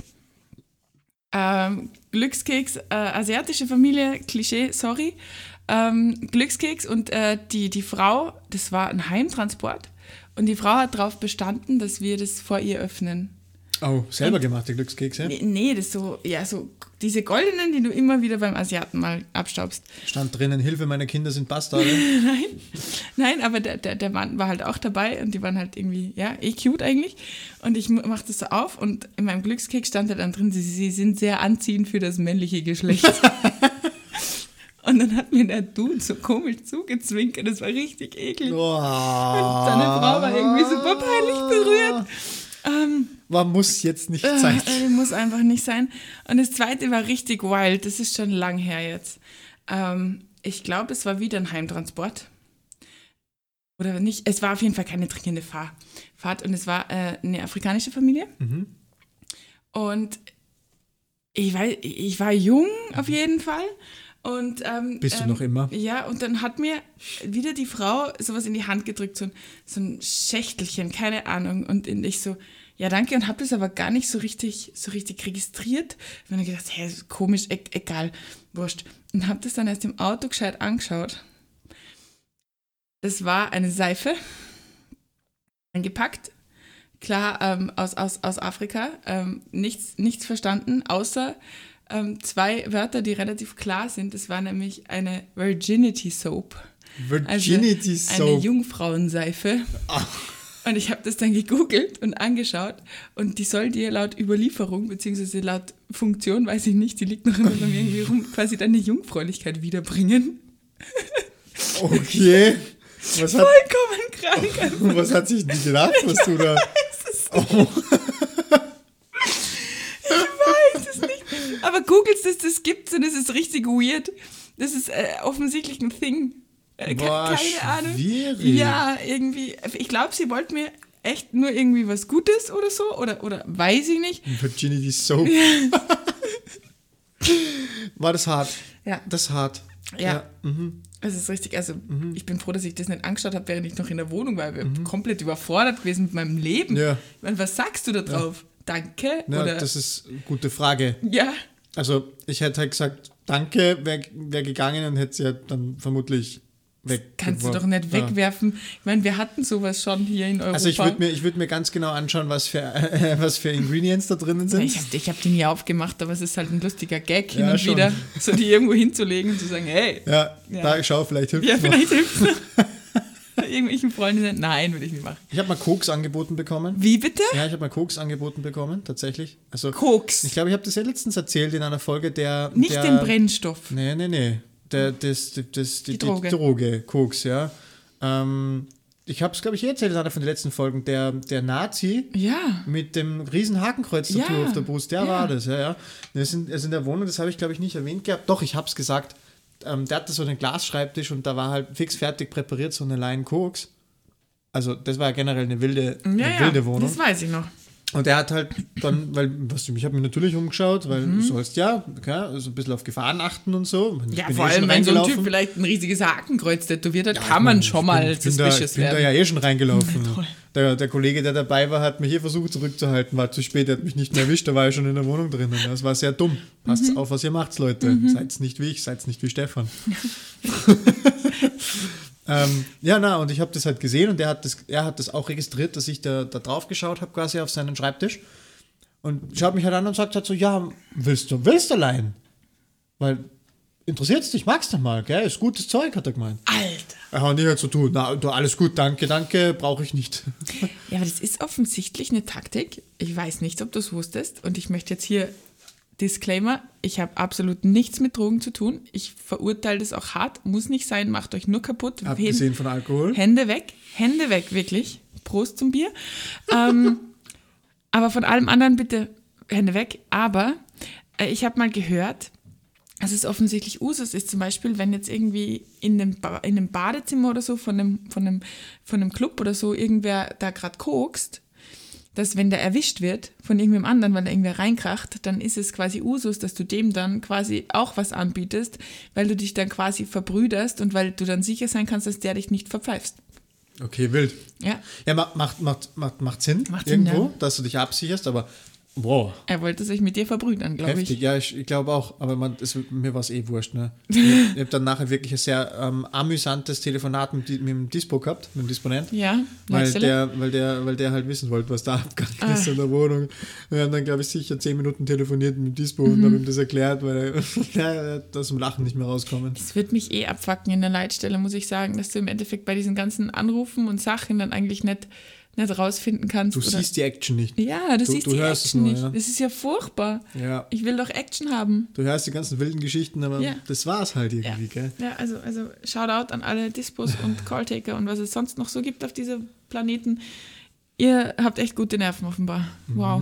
Glückskeks, asiatische Familie, Klischee, sorry. Glückskeks und die Frau, das war ein Heimtransport und die Frau hat darauf bestanden, dass wir das vor ihr öffnen. Oh, selber gemachte Glückskekse? Nee, das so diese goldenen, die du immer wieder beim Asiaten mal abstaubst. Stand drinnen, Hilfe, meine Kinder sind Bastarde. Nein, aber der Mann war halt auch dabei und die waren halt irgendwie, cute eigentlich. Und ich mach das so auf und in meinem Glückskeks stand da dann drin, sie sind sehr anziehend für das männliche Geschlecht. Und dann hat mir der Dude so komisch zugezwinkert, das war richtig eklig. Oh. Und seine Frau war irgendwie super peinlich berührt. Man muss jetzt nicht sein. Muss einfach nicht sein. Und das zweite war richtig wild. Das ist schon lang her jetzt. Ich glaube, es war wieder ein Heimtransport. Oder nicht. Es war auf jeden Fall keine dringende Fahrt. Und es war eine afrikanische Familie. Mhm. Und ich war jung auf jeden Fall. Und, bist du noch immer? Ja, und dann hat mir wieder die Frau sowas in die Hand gedrückt, so ein Schächtelchen, keine Ahnung. Und ich so, ja danke, und habe das aber gar nicht so richtig registriert. Ich habe mir gedacht, hey, komisch, egal, wurscht. Und habe das dann erst im Auto gescheit angeschaut. Das war eine Seife, eingepackt, klar, aus Afrika, nichts verstanden, außer 2 Wörter, die relativ klar sind. Das war nämlich eine Virginity Soap. Virginity Soap. Eine Jungfrauenseife. Und ich habe das dann gegoogelt und angeschaut und die soll dir laut Überlieferung, beziehungsweise laut Funktion, weiß ich nicht, die liegt noch immer bei mir irgendwie rum, quasi deine Jungfräulichkeit wiederbringen. Okay. Vollkommen krank. Was hat sich nicht gedacht, was du da... Oh. Ich weiß es nicht. Aber googelst, dass das gibt und es ist richtig weird. Das ist offensichtlich ein Thing. Boah, keine Ahnung. schwierig. Ja, irgendwie. Ich glaube, sie wollte mir echt nur irgendwie was Gutes oder so. Oder weiß ich nicht. Virginity Soap. War das hart? Ja. Das ist hart. Ja. Das ist richtig. Also, ich bin froh, dass ich das nicht angeschaut habe, während ich noch in der Wohnung war. Ich bin komplett überfordert gewesen mit meinem Leben. Ja. Ich meine, was sagst du da drauf? Ja. Danke? Ja, oder? das ist eine gute Frage. Ja. Also, ich hätte halt gesagt, danke, wäre gegangen und hätte sie halt dann vermutlich weggeworfen. Kannst du doch nicht wegwerfen. Ich meine, wir hatten sowas schon hier in Europa. Also ich würd mir ganz genau anschauen, was für Ingredients da drinnen sind. Ich hab die nie aufgemacht, aber es ist halt ein lustiger Gag hin Ja, und schon. wieder, so die irgendwo hinzulegen und zu sagen, hey. Ja, da schau, vielleicht hilft Ja, es vielleicht hilft's noch. Irgendwelchen Freundinnen, nein, würde ich nicht machen. Ich habe mal Koks angeboten bekommen. Wie bitte? Ja, ich habe mal Koks angeboten bekommen, tatsächlich. Also, Koks. Ich glaube, ich habe das ja letztens erzählt in einer Folge, Nicht den Brennstoff. Nee. Die Droge, Koks, ja. Ich habe es, glaube ich, erzählt in einer von den letzten Folgen. Der Nazi mit dem riesen Hakenkreuz-Tattoo auf der Brust, der war das, ja. Wir sind in der Wohnung, das habe ich, glaube ich, nicht erwähnt gehabt. Doch, ich habe es gesagt. Der hatte so einen Glasschreibtisch und da war halt fix fertig präpariert so eine Line Koks. Also das war ja generell eine wilde Wohnung. Das weiß ich noch. Und er hat halt dann, ich habe mich natürlich umgeschaut, weil du sollst also ein bisschen auf Gefahren achten und so. Ja, vor allem, wenn so ein Typ vielleicht ein riesiges Hakenkreuz tätowiert hat, kann man schon mal suspicious werden. Ich bin da ja schon reingelaufen. Der Kollege, der dabei war, hat mich hier versucht zurückzuhalten, war zu spät, er hat mich nicht mehr erwischt, da war ich schon in der Wohnung drinnen. Das war sehr dumm. Passt auf, was ihr macht, Leute. Seid's nicht wie ich, seid's nicht wie Stefan. Und ich habe das halt gesehen und er hat das auch registriert, dass ich da drauf geschaut habe, quasi auf seinen Schreibtisch. Und schaut mich halt an und sagt halt so, ja, willst du leihen? Weil, interessiert's dich, magst du mal, gell? Ist gutes Zeug, hat er gemeint. Alter. Er hat nicht halt so tun, na, du, alles gut, danke, brauche ich nicht. Ja, aber das ist offensichtlich eine Taktik. Ich weiß nicht, ob du es wusstest und ich möchte jetzt hier Disclaimer, ich habe absolut nichts mit Drogen zu tun. Ich verurteile das auch hart. Muss nicht sein, macht euch nur kaputt. Abgesehen von Alkohol. Hände weg, wirklich. Prost zum Bier. Aber von allem anderen bitte Hände weg. Aber ich habe mal gehört, dass es offensichtlich Usus ist, zum Beispiel, wenn jetzt irgendwie in einem Badezimmer oder so von einem Club oder so irgendwer da gerade kokst, dass wenn der erwischt wird von irgendwem anderen, weil da irgendwer reinkracht, dann ist es quasi Usus, dass du dem dann quasi auch was anbietest, weil du dich dann quasi verbrüderst und weil du dann sicher sein kannst, dass der dich nicht verpfeifst. Okay, wild. Ja. Ja, macht Sinn Macht irgendwo, Sinn, ja. dass du dich absicherst, aber wow. Er wollte sich mit dir verbrüdern, glaube ich. Heftig, ja, ich glaube auch, aber mir war es wurscht. Ne? Ich habe dann nachher wirklich ein sehr amüsantes Telefonat mit dem Dispo gehabt, mit dem Disponent. Ja, weil der halt wissen wollte, was da abgegangen ist in der Wohnung. Wir haben dann, glaube ich, sicher 10 Minuten telefoniert mit dem Dispo und habe ihm das erklärt, weil er aus dem Lachen nicht mehr rauskommen. Das wird mich abfucken in der Leitstelle, muss ich sagen, dass du im Endeffekt bei diesen ganzen Anrufen und Sachen dann eigentlich nicht rausfinden kannst. Du siehst die Action nicht. Ja, du siehst die Action nur, nicht. Ja. Das ist ja furchtbar. Ja. Ich will doch Action haben. Du hörst die ganzen wilden Geschichten, aber das war's halt irgendwie, gell? Ja, also Shoutout an alle Dispos und Calltaker und was es sonst noch so gibt auf diesem Planeten. Ihr habt echt gute Nerven offenbar. Wow.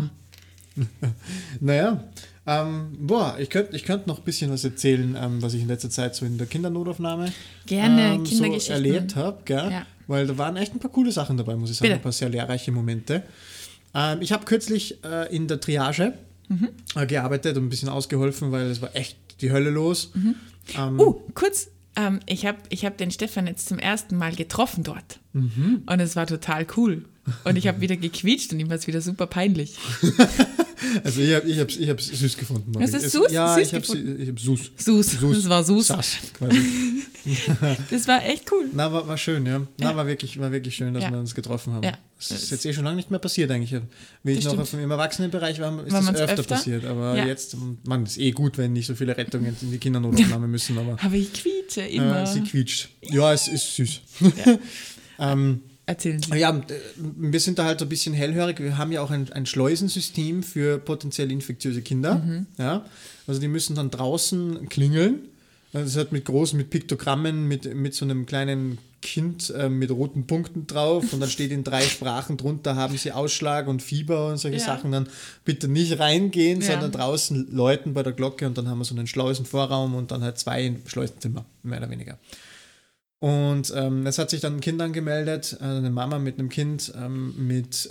Naja, ich könnte noch ein bisschen was erzählen, was ich in letzter Zeit so in der Kindernotaufnahme Kindergeschichten so erlebt habe, gell? Ja. Weil da waren echt ein paar coole Sachen dabei, muss ich sagen, ein paar sehr lehrreiche Momente. Ich habe kürzlich in der Triage gearbeitet und ein bisschen ausgeholfen, weil es war echt die Hölle los. Kurz, ich hab den Stefan jetzt zum ersten Mal getroffen dort und es war total cool. Und ich habe wieder gequietscht und ihm war es wieder super peinlich. Also ich hab's süß gefunden. Hast du es süß? Ja, süß ich habe süß. Süß, das war süß. Sass, quasi. Das war echt cool. Na, war schön, ja. Na, war wirklich schön, dass wir uns getroffen haben. Ja. Das ist jetzt schon lange nicht mehr passiert eigentlich. Wie ich noch im Erwachsenenbereich war, ist das öfter passiert. Aber jetzt, man, ist gut, wenn nicht so viele Rettungen in die Kindernotaufnahme müssen. Aber ich quietsche immer. Sie quietscht. Ja, es ist süß. Ja. Erzählen Sie. Ja, wir sind da halt so ein bisschen hellhörig. Wir haben ja auch ein Schleusensystem für potenziell infektiöse Kinder. Ja? Also die müssen dann draußen klingeln. Das hat mit Piktogrammen, mit so einem kleinen Kind mit roten Punkten drauf und dann steht in 3 Sprachen drunter, haben sie Ausschlag und Fieber und solche Sachen. Dann bitte nicht reingehen, sondern draußen läuten bei der Glocke und dann haben wir so einen Schleusenvorraum und dann halt 2 Schleusenzimmer, mehr oder weniger. Und es hat sich dann ein Kind angemeldet, eine Mama mit einem Kind mit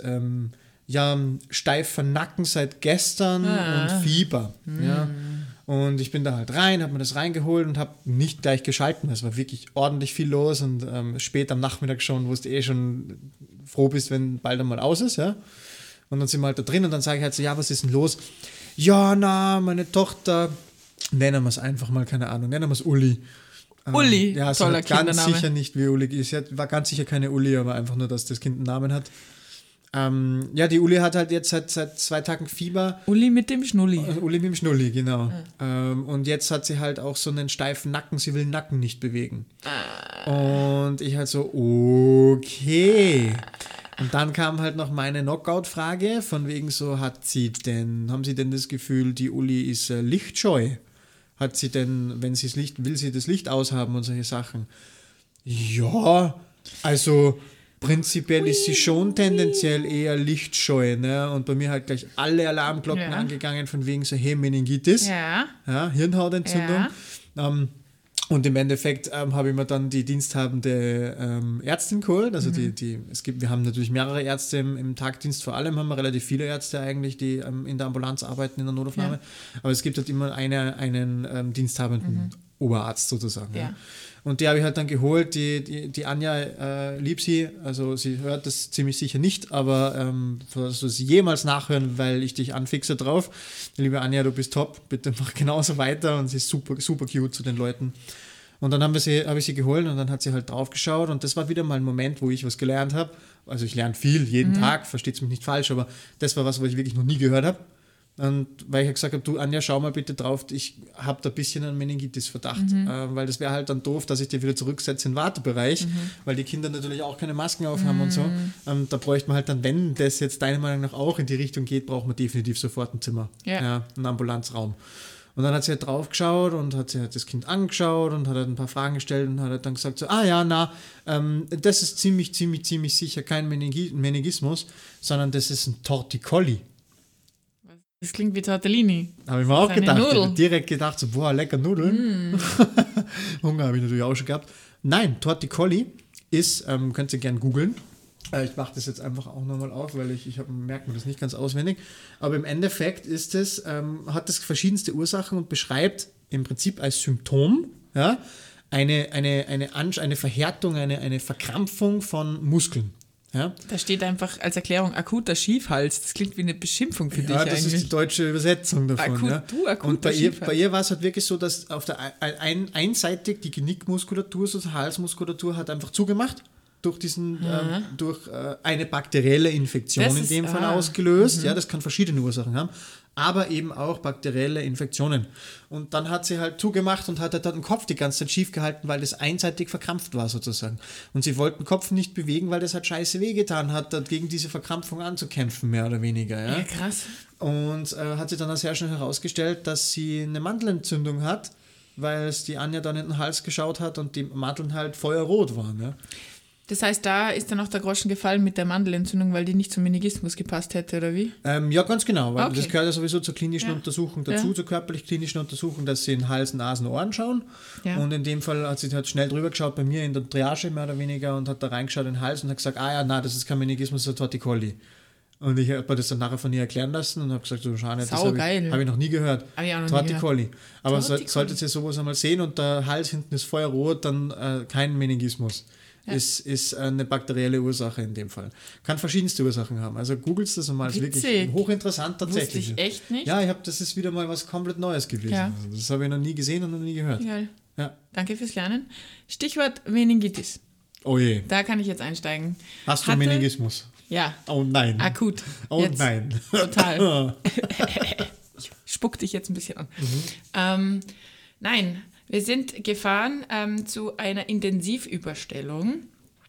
steifer Nacken seit gestern und Fieber. Ja. Und ich bin da halt rein, habe mir das reingeholt und habe nicht gleich geschalten. Es war wirklich ordentlich viel los und spät am Nachmittag schon, wo du schon froh bist, wenn bald einmal aus ist. Ja. Und dann sind wir halt da drin und dann sage ich halt so, ja, was ist denn los? Ja, meine Tochter, nennen wir es einfach mal, keine Ahnung, nennen wir es Uli. Uli, ja, toller Kindername. Ganz Kindername. sicher nicht wie Uli ist. War ganz sicher keine Uli, aber einfach nur, dass das Kind einen Namen hat. Die Uli hat halt jetzt seit 2 Tagen Fieber. Uli mit dem Schnulli. Uli mit dem Schnulli, genau. Und jetzt hat sie halt auch so einen steifen Nacken, sie will den Nacken nicht bewegen. Und ich halt so, okay. Und dann kam halt noch meine Knockout-Frage, von wegen so, haben Sie denn das Gefühl, die Uli ist lichtscheu? Hat sie denn, wenn sie will sie das Licht aushaben und solche Sachen? Ja, also prinzipiell ist sie schon tendenziell eher lichtscheu, ne? Und bei mir halt gleich alle Alarmglocken angegangen, von wegen so, hey, Meningitis, Hirnhautentzündung. Und im Endeffekt habe ich mir dann die diensthabende Ärztin geholt. Also wir haben natürlich mehrere Ärzte im Tagdienst, vor allem haben wir relativ viele Ärzte eigentlich, die in der Ambulanz arbeiten, in der Notaufnahme. Aber es gibt halt immer einen diensthabenden Oberarzt sozusagen. Ja. Und die habe ich halt dann geholt, die Anja, lieb sie, also sie hört das ziemlich sicher nicht, aber sollst du sie jemals nachhören, weil ich dich anfixe drauf. Liebe Anja, du bist top, bitte mach genauso weiter und sie ist super, super cute zu den Leuten. Und dann habe ich sie geholt und dann hat sie halt drauf geschaut und das war wieder mal ein Moment, wo ich was gelernt habe. Also ich lerne viel, jeden Tag, versteht es mich nicht falsch, aber das war was ich wirklich noch nie gehört habe. Und weil ich halt gesagt habe, du Anja, schau mal bitte drauf, ich habe da ein bisschen einen Meningitis-Verdacht, weil das wäre halt dann doof, dass ich dir wieder zurücksetze in den Wartebereich, weil die Kinder natürlich auch keine Masken aufhaben und so. Da bräuchte man halt dann, wenn das jetzt deiner Meinung nach auch in die Richtung geht, braucht man definitiv sofort ein Zimmer, einen Ambulanzraum. Und dann hat sie halt drauf geschaut und hat sich halt das Kind angeschaut und hat halt ein paar Fragen gestellt und hat halt dann gesagt so, das ist ziemlich sicher kein Meningismus, sondern das ist ein Torticolli. Das klingt wie Tortellini. Habe ich mir auch gedacht. Ich habe direkt gedacht, so, boah, lecker Nudeln. Hunger habe ich natürlich auch schon gehabt. Nein, Torticolli ist, könnt ihr gerne googeln. Ich mache das jetzt einfach auch nochmal auf, weil ich merke mir das nicht ganz auswendig. Aber im Endeffekt ist es, hat das verschiedenste Ursachen und beschreibt im Prinzip als Symptom eine Verhärtung, eine Verkrampfung von Muskeln. Ja? Da steht einfach als Erklärung akuter Schiefhals. Das klingt wie eine Beschimpfung für dich eigentlich. Ja, das ist die deutsche Übersetzung davon. Und bei ihr war es halt wirklich so, dass auf der einseitig die Genickmuskulatur, so die Halsmuskulatur hat einfach zugemacht. Durch eine bakterielle Infektion in dem Fall ausgelöst. Ja, das kann verschiedene Ursachen haben, aber eben auch bakterielle Infektionen. Und dann hat sie halt zugemacht und hat halt den Kopf die ganze Zeit schief gehalten, weil das einseitig verkrampft war sozusagen. Und sie wollten den Kopf nicht bewegen, weil das halt scheiße wehgetan hat, gegen diese Verkrampfung anzukämpfen, mehr oder weniger. Ja, krass. Und hat sie dann auch sehr schnell herausgestellt, dass sie eine Mandelentzündung hat, weil es die Anja dann in den Hals geschaut hat und die Mandeln halt feuerrot waren. Ja. Das heißt, da ist dann auch der Groschen gefallen mit der Mandelentzündung, weil die nicht zum Meningismus gepasst hätte, oder wie? Ja, ganz genau, weil das gehört ja sowieso zur klinischen Untersuchung dazu, zur körperlich-klinischen Untersuchung, dass sie in Hals, Nasen, Ohren schauen. Ja. Und in dem Fall hat sie halt schnell drüber geschaut, bei mir in der Triage mehr oder weniger, und hat da reingeschaut in den Hals und hat gesagt, das ist kein Meningismus, das ist ein Torticolli. Und ich habe das dann nachher von ihr erklären lassen und habe gesagt, so schade, das habe ich noch nie gehört. Torticolli. Aber solltet ihr sowas einmal sehen und der Hals hinten ist feuerrot, dann kein Meningismus. Ja. Ist eine bakterielle Ursache in dem Fall. Kann verschiedenste Ursachen haben. Also googelst das einmal, ist wirklich hochinteressant tatsächlich. Wusste ich echt nicht. Ja, das ist wieder mal was komplett Neues gewesen. Ja. Also das habe ich noch nie gesehen und noch nie gehört. Egal. Ja. Danke fürs Lernen. Stichwort Meningitis. Oh je. Da kann ich jetzt einsteigen. Hast du Meningismus? Ja. Oh nein. Akut. Oh jetzt. Nein. Total. Ich spuck dich jetzt ein bisschen an. Nein. Wir sind gefahren zu einer Intensivüberstellung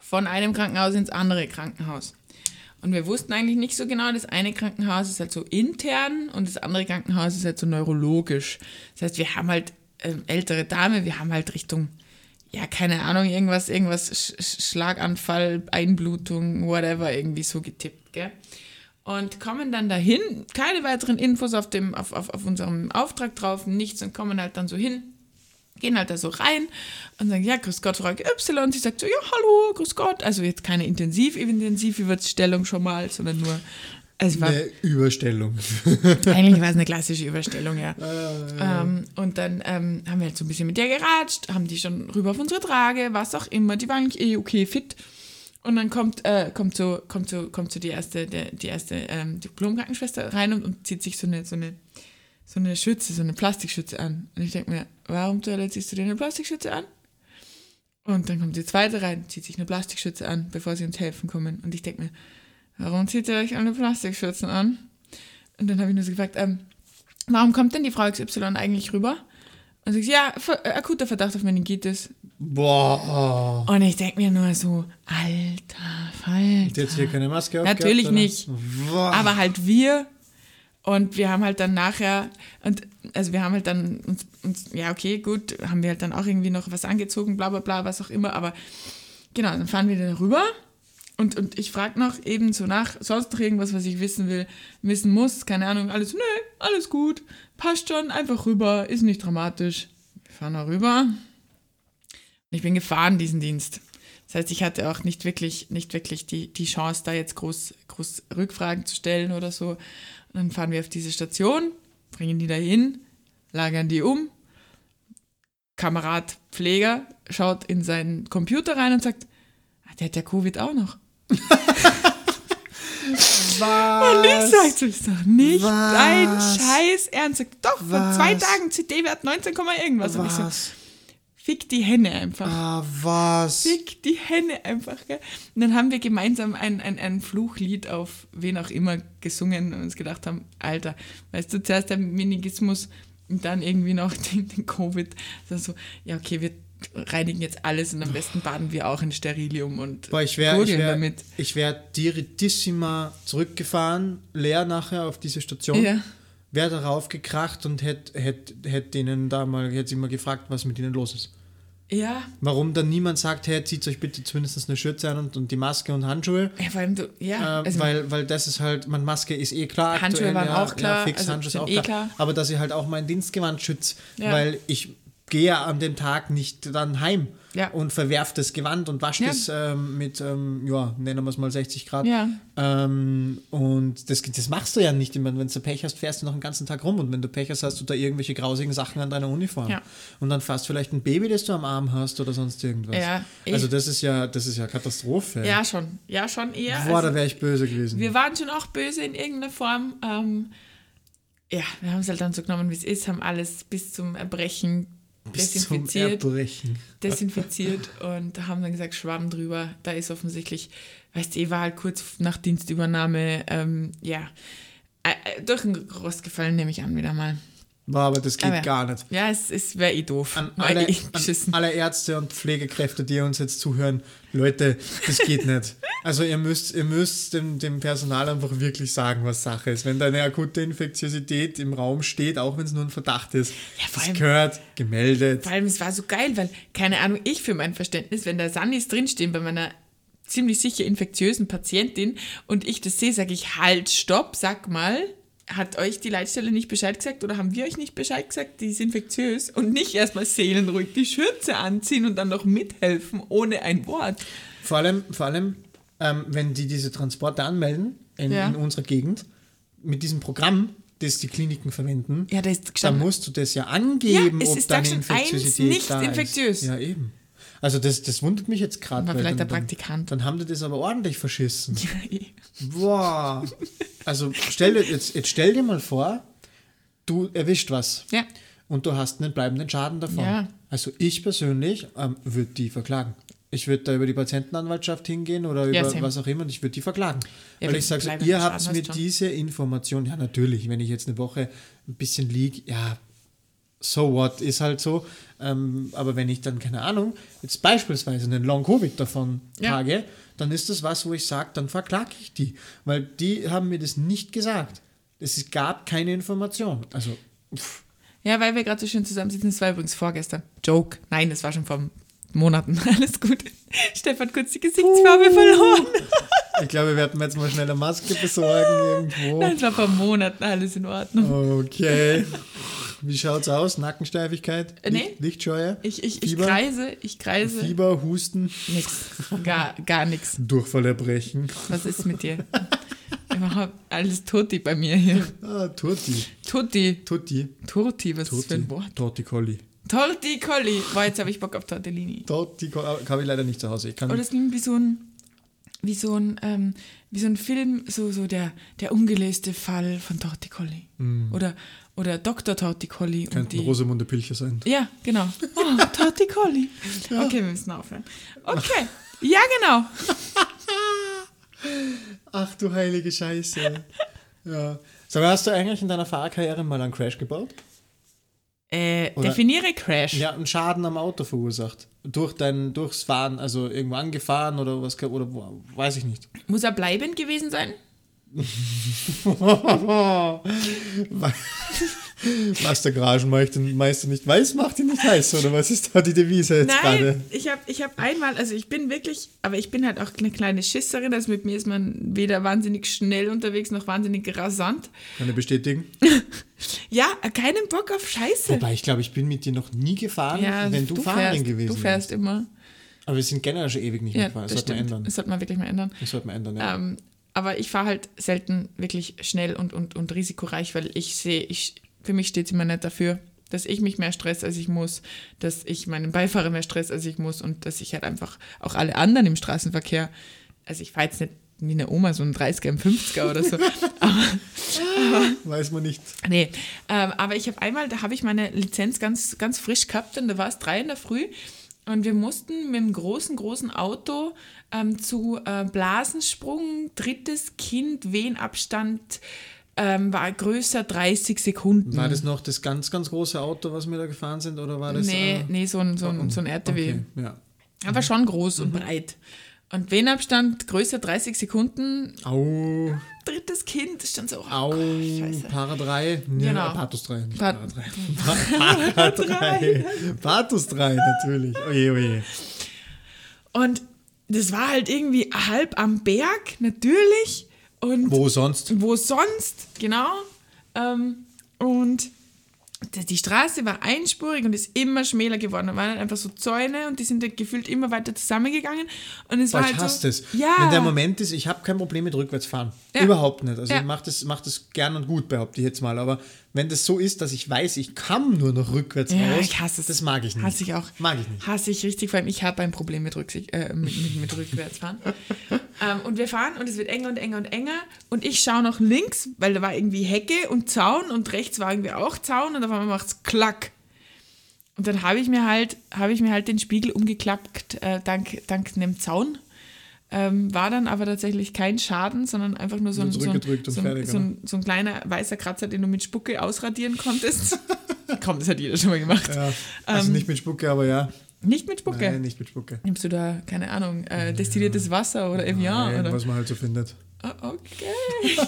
von einem Krankenhaus ins andere Krankenhaus. Und wir wussten eigentlich nicht so genau, das eine Krankenhaus ist halt so intern und das andere Krankenhaus ist halt so neurologisch. Das heißt, wir haben halt ältere Dame, wir haben halt Richtung, ja, keine Ahnung, irgendwas Schlaganfall, Einblutung, whatever, irgendwie so getippt, gell? Und kommen dann dahin, keine weiteren Infos auf unserem Auftrag drauf, nichts, und kommen halt dann so hin, gehen halt da so rein und sagen, ja, grüß Gott, Frau Y. Und sie sagt so, ja, hallo, grüß Gott. Also jetzt keine Intensivüberstellung schon mal, sondern nur... Also eine Überstellung. Eigentlich war es eine klassische Überstellung, ja. Und dann haben wir halt so ein bisschen mit der geratscht, haben die schon rüber auf unsere Trage, was auch immer. Die waren eigentlich okay fit. Und dann kommt so die erste Diplom-Krankenschwester rein und zieht sich so eine Schütze, so eine Plastikschütze an. Und ich denke mir, warum ziehst du dir eine Plastikschütze an? Und dann kommt die zweite rein, zieht sich eine Plastikschütze an, bevor sie uns helfen kommen. Und ich denke mir, warum zieht ihr euch alle Plastikschützen an? Und dann habe ich nur so gefragt, warum kommt denn die Frau XY eigentlich rüber? Und sie sagt, ja, akuter Verdacht auf Meningitis. Boah. Und ich denke mir nur so, alter Falter. Hat jetzt hier keine Maske aufgehabt? Natürlich nicht. Boah. Aber halt wir. Und wir haben halt dann nachher, wir haben halt dann uns, ja okay, gut, haben wir halt dann auch irgendwie noch was angezogen, bla bla bla, was auch immer. Aber genau, dann fahren wir da rüber. Und ich frage noch eben so nach, sonst noch irgendwas, was ich wissen muss, keine Ahnung, alles, nö, alles gut, passt schon, einfach rüber, ist nicht dramatisch. Wir fahren da rüber. Und ich bin gefahren, diesen Dienst. Das heißt, ich hatte auch nicht wirklich die Chance, da jetzt groß Rückfragen zu stellen oder so. Und dann fahren wir auf diese Station, bringen die da hin, lagern die um. Kamerad Pfleger schaut in seinen Computer rein und sagt, der hat ja Covid auch noch. Was? Und ich sagte, ist doch nicht Was? dein Scheiß Ernst. Doch, vor Was? 2 Tagen CT-Wert 19, irgendwas. Und ich so, Was? fick die Henne einfach. Was? Fick die Henne einfach. Gell? Und dann haben wir gemeinsam ein Fluchlied auf wen auch immer gesungen und uns gedacht haben, Alter, weißt du, zuerst der Meningismus und dann irgendwie noch den Covid. Also, ja okay, wir reinigen jetzt alles und am besten baden wir auch in Sterilium und Ich wäre direttissima zurückgefahren, leer nachher auf diese Station, wäre darauf gekracht und hätte denen da mal, hätte sie mal gefragt, was mit ihnen los ist. Ja. Warum dann niemand sagt, hey, zieht euch bitte zumindest eine Schürze an und die Maske und Handschuhe. Ja, vor allem weil das ist halt, Maske ist eh klar. Handschuhe waren auch klar. Ja, fix, also Handschuhe ist auch klar. Aber dass ich halt auch mein Dienstgewand schütze, weil ich gehe ja an dem Tag nicht dann heim und verwerfe das Gewand und wasche das mit, nennen wir es mal 60 Grad. Ja. Und das machst du ja nicht. Wenn du Pech hast, fährst du noch den ganzen Tag rum und wenn du Pech hast, hast du da irgendwelche grausigen Sachen an deiner Uniform. Ja. Und dann fährst vielleicht ein Baby, das du am Arm hast oder sonst irgendwas. Ja, also das ist ja Katastrophe. Ja, schon eher. Boah, da wäre ich böse gewesen. Wir waren schon auch böse in irgendeiner Form. Wir haben es halt dann so genommen, wie es ist, haben alles bis zum Erbrechen desinfiziert und haben dann gesagt, Schwamm drüber, da ist offensichtlich, weißt du, war halt kurz nach Dienstübernahme, durch den Rost gefallen, nehme ich an, wieder mal. War aber das geht gar nicht. Ja, es wäre doof. An alle Ärzte und Pflegekräfte, die uns jetzt zuhören, Leute, das geht nicht. Also ihr müsst dem Personal einfach wirklich sagen, was Sache ist. Wenn da eine akute Infektiosität im Raum steht, auch wenn es nur ein Verdacht ist, das gehört gemeldet. Vor allem, es war so geil, weil, keine Ahnung, ich für mein Verständnis, wenn da Sandys drinstehen bei meiner ziemlich sicher infektiösen Patientin und ich das sehe, sage ich, halt, stopp, sag mal, hat euch die Leitstelle nicht Bescheid gesagt oder haben wir euch nicht Bescheid gesagt, die ist infektiös und nicht erstmal seelenruhig die Schürze anziehen und dann noch mithelfen ohne ein Wort. Vor allem, wenn die diese Transporte anmelden in unserer Gegend mit diesem Programm, das die Kliniken verwenden, dann musst du das ja angeben, ob deine Infektiosität nicht da infektiös. ist. Ja, eben. Also das wundert mich jetzt gerade. War vielleicht der Praktikant. Dann haben die das aber ordentlich verschissen. Ja, Boah. Also stell dir mal vor, du erwischt was. Ja. Und du hast einen bleibenden Schaden davon. Ja. Also ich persönlich würde die verklagen. Ich würde da über die Patientenanwaltschaft hingehen oder über was auch immer und ich würde die verklagen. Ja, weil ich sage, so, ihr habt mir diese Information, ja natürlich, wenn ich jetzt eine Woche ein bisschen liege, ja, so what, ist halt so. Aber wenn ich dann, keine Ahnung, jetzt beispielsweise einen Long-Covid davon trage, dann ist das was, wo ich sage, dann verklage ich die. Weil die haben mir das nicht gesagt. Es gab keine Information. Also, Ja, weil wir gerade so schön zusammensitzen. Das war übrigens vorgestern. Joke. Nein, das war schon vor Monaten. Alles gut. Stefan hat kurz die Gesichtsfarbe verloren. Ich glaube, wir werden jetzt mal schnell eine Maske besorgen irgendwo. Das war vor Monaten. Alles in Ordnung. Okay. Wie schaut's aus? Nackensteifigkeit? Nee. Lichtscheuer? Ich Fieber? kreise. Fieber, Husten? Nix. Gar nichts. Durchfallerbrechen? Was ist mit dir? Überhaupt alles Tutti bei mir hier. Tutti. Tutti, was ist das für ein Wort? Torticolli. Torticolli. Boah, jetzt habe ich Bock auf Tortellini. Torticolli habe ich leider nicht zu Hause. Oder es klingt wie so ein Film, so der ungelöste Fall von Torticolli. Oder Dr. Torticolli. Könnten Rosamunde Pilcher sein. Ja, genau. Oh, Torticolli. Ja. Okay, wir müssen aufhören. Okay, ja, genau. Ach du heilige Scheiße. Ja. Sag mal, hast du eigentlich in deiner Fahrkarriere mal einen Crash gebaut? Definiere Crash. Ja, einen Schaden am Auto verursacht. Durchs Fahren, also irgendwo angefahren oder was, oder weiß ich nicht. Muss er bleibend gewesen sein? Was der Garagenmeister nicht weiß, macht ihn nicht heiß, oder was ist da die Devise jetzt gerade? Nein, ich hab einmal, also ich bin wirklich, aber ich bin halt auch eine kleine Schisserin, also mit mir ist man weder wahnsinnig schnell unterwegs, noch wahnsinnig rasant. Kann ich bestätigen? Ja, keinen Bock auf Scheiße. Wobei, ich glaube, ich bin mit dir noch nie gefahren, wenn du Fahrerin gewesen bist. Du fährst immer. Aber wir sind generell schon ewig nicht mehr gefahren. Das sollte man ändern. Das sollte man wirklich mal ändern. Das sollte man ändern, ja. Aber ich fahre halt selten wirklich schnell und risikoreich, weil für mich steht es immer nicht dafür, dass ich mich mehr stresse, als ich muss, dass ich meinen Beifahrer mehr stresse, als ich muss und dass ich halt einfach auch alle anderen im Straßenverkehr, also ich fahre jetzt nicht wie eine Oma, so ein 30er im 50er oder so. aber weiß man nicht. Nee, aber da habe ich meine Lizenz ganz, ganz frisch gehabt und da war es 3 in der Früh und wir mussten mit einem großen Auto zu Blasensprung, 3. Kind, Wehenabstand war größer 30 Sekunden. War das noch das ganz, ganz große Auto, was wir da gefahren sind, oder war das? Nee, so ein RTW. Okay, ja. Aber schon groß und breit. Und Wehenabstand größer 30 Sekunden. Au. 3. Kind ist schon so. Au. Scheiße. Para 3. Nee, Genau. Pathos 3. Nicht Para 3. Para 3. Pathos 3, natürlich. Oje. Und das war halt irgendwie halb am Berg, natürlich. Und Wo sonst, genau. Und die Straße war einspurig und ist immer schmäler geworden. Da waren halt einfach so Zäune und die sind gefühlt immer weiter zusammengegangen. Und es war halt ich hasse so, das. ja. Wenn der Moment ist, ich habe kein Problem mit Rückwärtsfahren. Ja. Überhaupt nicht. Also Ja. ich mach das gern und gut, behaupte ich jetzt mal. Aber wenn das so ist, dass ich weiß, ich kann nur noch rückwärts raus, ich hasse es. das mag ich nicht. Hasse ich auch. Mag ich nicht. Hasse ich richtig, vor allem ich habe ein Problem mit Rückwärtsfahren. Und wir fahren und es wird enger und enger und enger und ich schaue nach links, weil da war irgendwie Hecke und Zaun und rechts war irgendwie auch Zaun und auf einmal macht es klack. Und dann habe ich mir halt den Spiegel umgeklappt, dank einem Zaun. War dann aber tatsächlich kein Schaden, sondern einfach nur so ein kleiner weißer Kratzer, den du mit Spucke ausradieren konntest. Komm, das hat jeder schon mal gemacht. Ja, also nicht mit Spucke, aber ja. Nicht mit Spucke? Nein, nicht mit Spucke. Nimmst du da, keine Ahnung, destilliertes Wasser oder Evian? Nein, oder? was man halt so findet. Okay.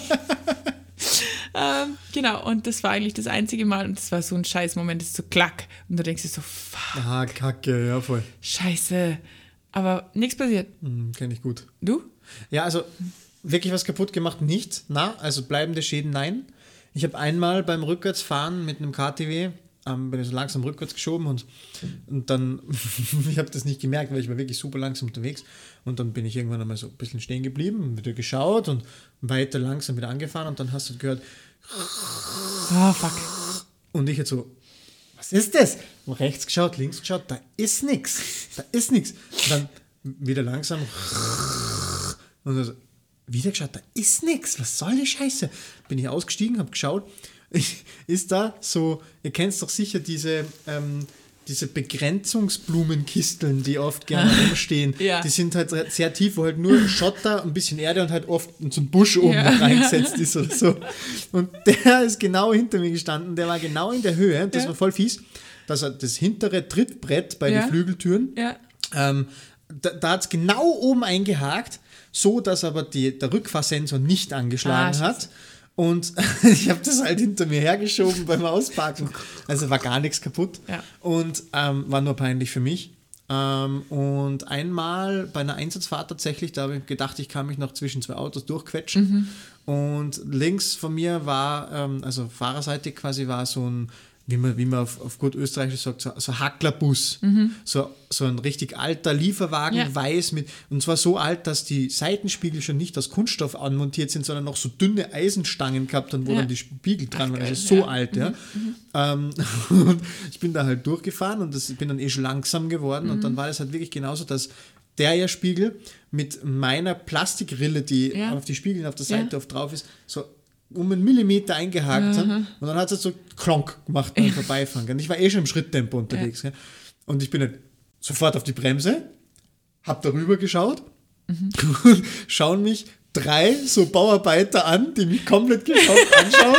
Genau, und das war eigentlich das einzige Mal und das war so ein scheiß Moment, das ist so klack. Und du denkst dir so, fuck. Ah, Kacke, ja voll. Scheiße. Aber nichts passiert. Kenn ich gut. Du? Ja, also wirklich was kaputt gemacht, nicht. Also bleibende Schäden, nein. Ich habe einmal beim Rückwärtsfahren mit einem KTW, bin ich so langsam rückwärts geschoben und dann, ich habe das nicht gemerkt, weil ich war wirklich super langsam unterwegs und dann bin ich irgendwann einmal so ein bisschen stehen geblieben, wieder geschaut und weiter langsam wieder angefahren und dann hast du gehört, Oh, fuck. und ich jetzt so, was ist das? Und rechts geschaut, links geschaut, da ist nichts. Und dann wieder langsam und also wieder geschaut, da ist nichts. Was soll die Scheiße? Bin ich ausgestiegen, habe geschaut, ist da so, ihr kennt doch sicher diese diese Begrenzungsblumenkisteln, die oft gerne rumstehen, Ja. die sind halt sehr tief, wo halt nur Schotter, ein bisschen Erde und halt oft so ein Busch oben noch reingesetzt ist oder so. Und der ist genau hinter mir gestanden, der war genau in der Höhe, das war voll fies, dass er das hintere Trittbrett bei den Flügeltüren, da hat es genau oben eingehakt, so dass aber der Rückfahrsensor nicht angeschlagen hat. Und ich habe das halt hinter mir hergeschoben beim Ausparken. Also war gar nichts kaputt. Ja. Und war nur peinlich für mich. Und einmal bei einer Einsatzfahrt tatsächlich, da habe ich gedacht, ich kann mich noch zwischen zwei Autos durchquetschen. Und links von mir war, also fahrerseitig quasi, war so ein, wie man auf gut Österreichisch sagt, so Hacklerbus. So ein richtig alter Lieferwagen, weiß mit, und zwar so alt, dass die Seitenspiegel schon nicht aus Kunststoff anmontiert sind, sondern noch so dünne Eisenstangen gehabt haben, wo dann die Spiegel dran waren. Also so alt, ja. Und ich bin da halt durchgefahren und bin dann schon langsam geworden und dann war das halt wirklich genauso, dass der Spiegel mit meiner Plastikrille, die auf die Spiegel auf der Seite oft drauf ist, so um einen Millimeter eingehakt hat und dann hat es so klonk gemacht beim Vorbeifahren. Und ich war schon im Schritttempo unterwegs. Ja. Und ich bin halt sofort auf die Bremse, hab darüber geschaut und schauen mich 3 so Bauarbeiter an, die mich komplett geschockt anschauen.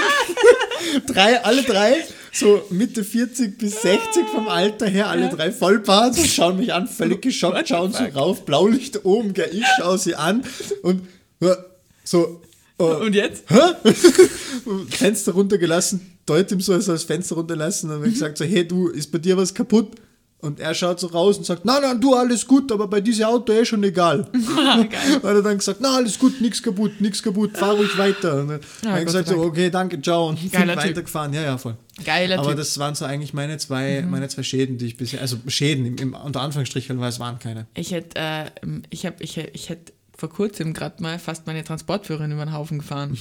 Alle drei, so Mitte 40 bis 60 vom Alter her, alle 3 Vollbart und schauen mich an, völlig geschockt, schauen so rauf, Blaulicht oben, gell, ich schaue sie an und so. Und jetzt? Fenster runtergelassen, deut ihm so, er soll das Fenster runterlassen und dann habe ich gesagt so, hey du, ist bei dir was kaputt? Und er schaut so raus und sagt, nein, du, alles gut, aber bei diesem Auto schon egal. Weil er dann gesagt, na, alles gut, nichts kaputt, fahr ruhig weiter. Und dann habe ich gesagt so, okay, danke, ciao, und bin weitergefahren. Ja, voll. Geiler aber Typ. das waren so eigentlich meine zwei Schäden, die ich bisher, also Schäden im unter Anführungsstrichen, weil es waren keine. Ich hätte vor kurzem gerade mal fast meine Transportführerin über den Haufen gefahren.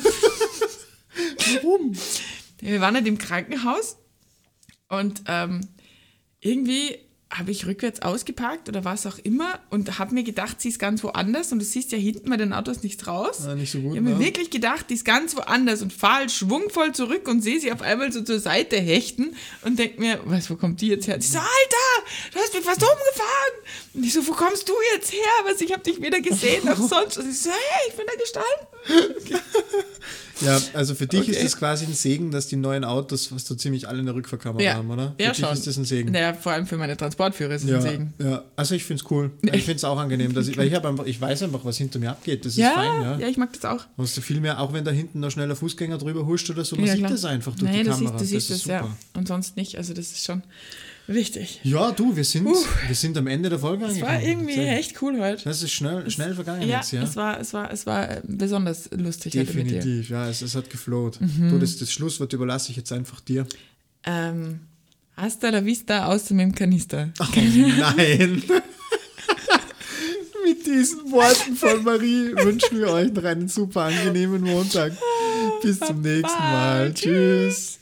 Warum? Wir waren halt im Krankenhaus und irgendwie habe ich rückwärts ausgeparkt oder was auch immer und habe mir gedacht, sie ist ganz woanders und du siehst ja hinten bei den Autos nichts raus. Ja, nicht so gut, ich habe mir wirklich gedacht, die ist ganz woanders und fahre halt schwungvoll zurück und sehe sie auf einmal so zur Seite hechten und denke mir, wo kommt die jetzt her? Sie so, Alter, du hast mich fast umgefahren. Und ich so, wo kommst du jetzt her? Ich habe dich weder gesehen noch sonst. Und ich so, hey, ich bin da gestanden. Okay. Ja, also für dich ist es quasi ein Segen, dass die neuen Autos fast so ziemlich alle eine Rückfahrkamera haben, oder? Für dich ist das ein Segen. Naja, vor allem für meine Transportführer ist es ein Segen. Ja, also ich finde es cool. Ich finde es auch angenehm, weil ich weiß einfach, was hinter mir abgeht. Das ist fein, ja. Ja, ich mag das auch. Hast du viel mehr, auch wenn da hinten noch schneller Fußgänger drüber huscht oder so, man sieht das einfach durch die Kamera. Du siehst das, ja. Und sonst nicht, also das ist schon wichtig. Ja, du, wir sind am Ende der Folge angekommen. Es war irgendwie echt cool heute. Das ist schnell vergangen jetzt, ja. Es war besonders lustig Definitiv, heute mit dir. Ja, es hat gefloht. Du, das Schlusswort überlasse ich jetzt einfach dir. Hasta la vista, außer mit dem Kanister. Oh, nein! Mit diesen Worten von Marie wünschen wir euch noch einen super angenehmen Montag. Bis zum nächsten Mal. Tschüss.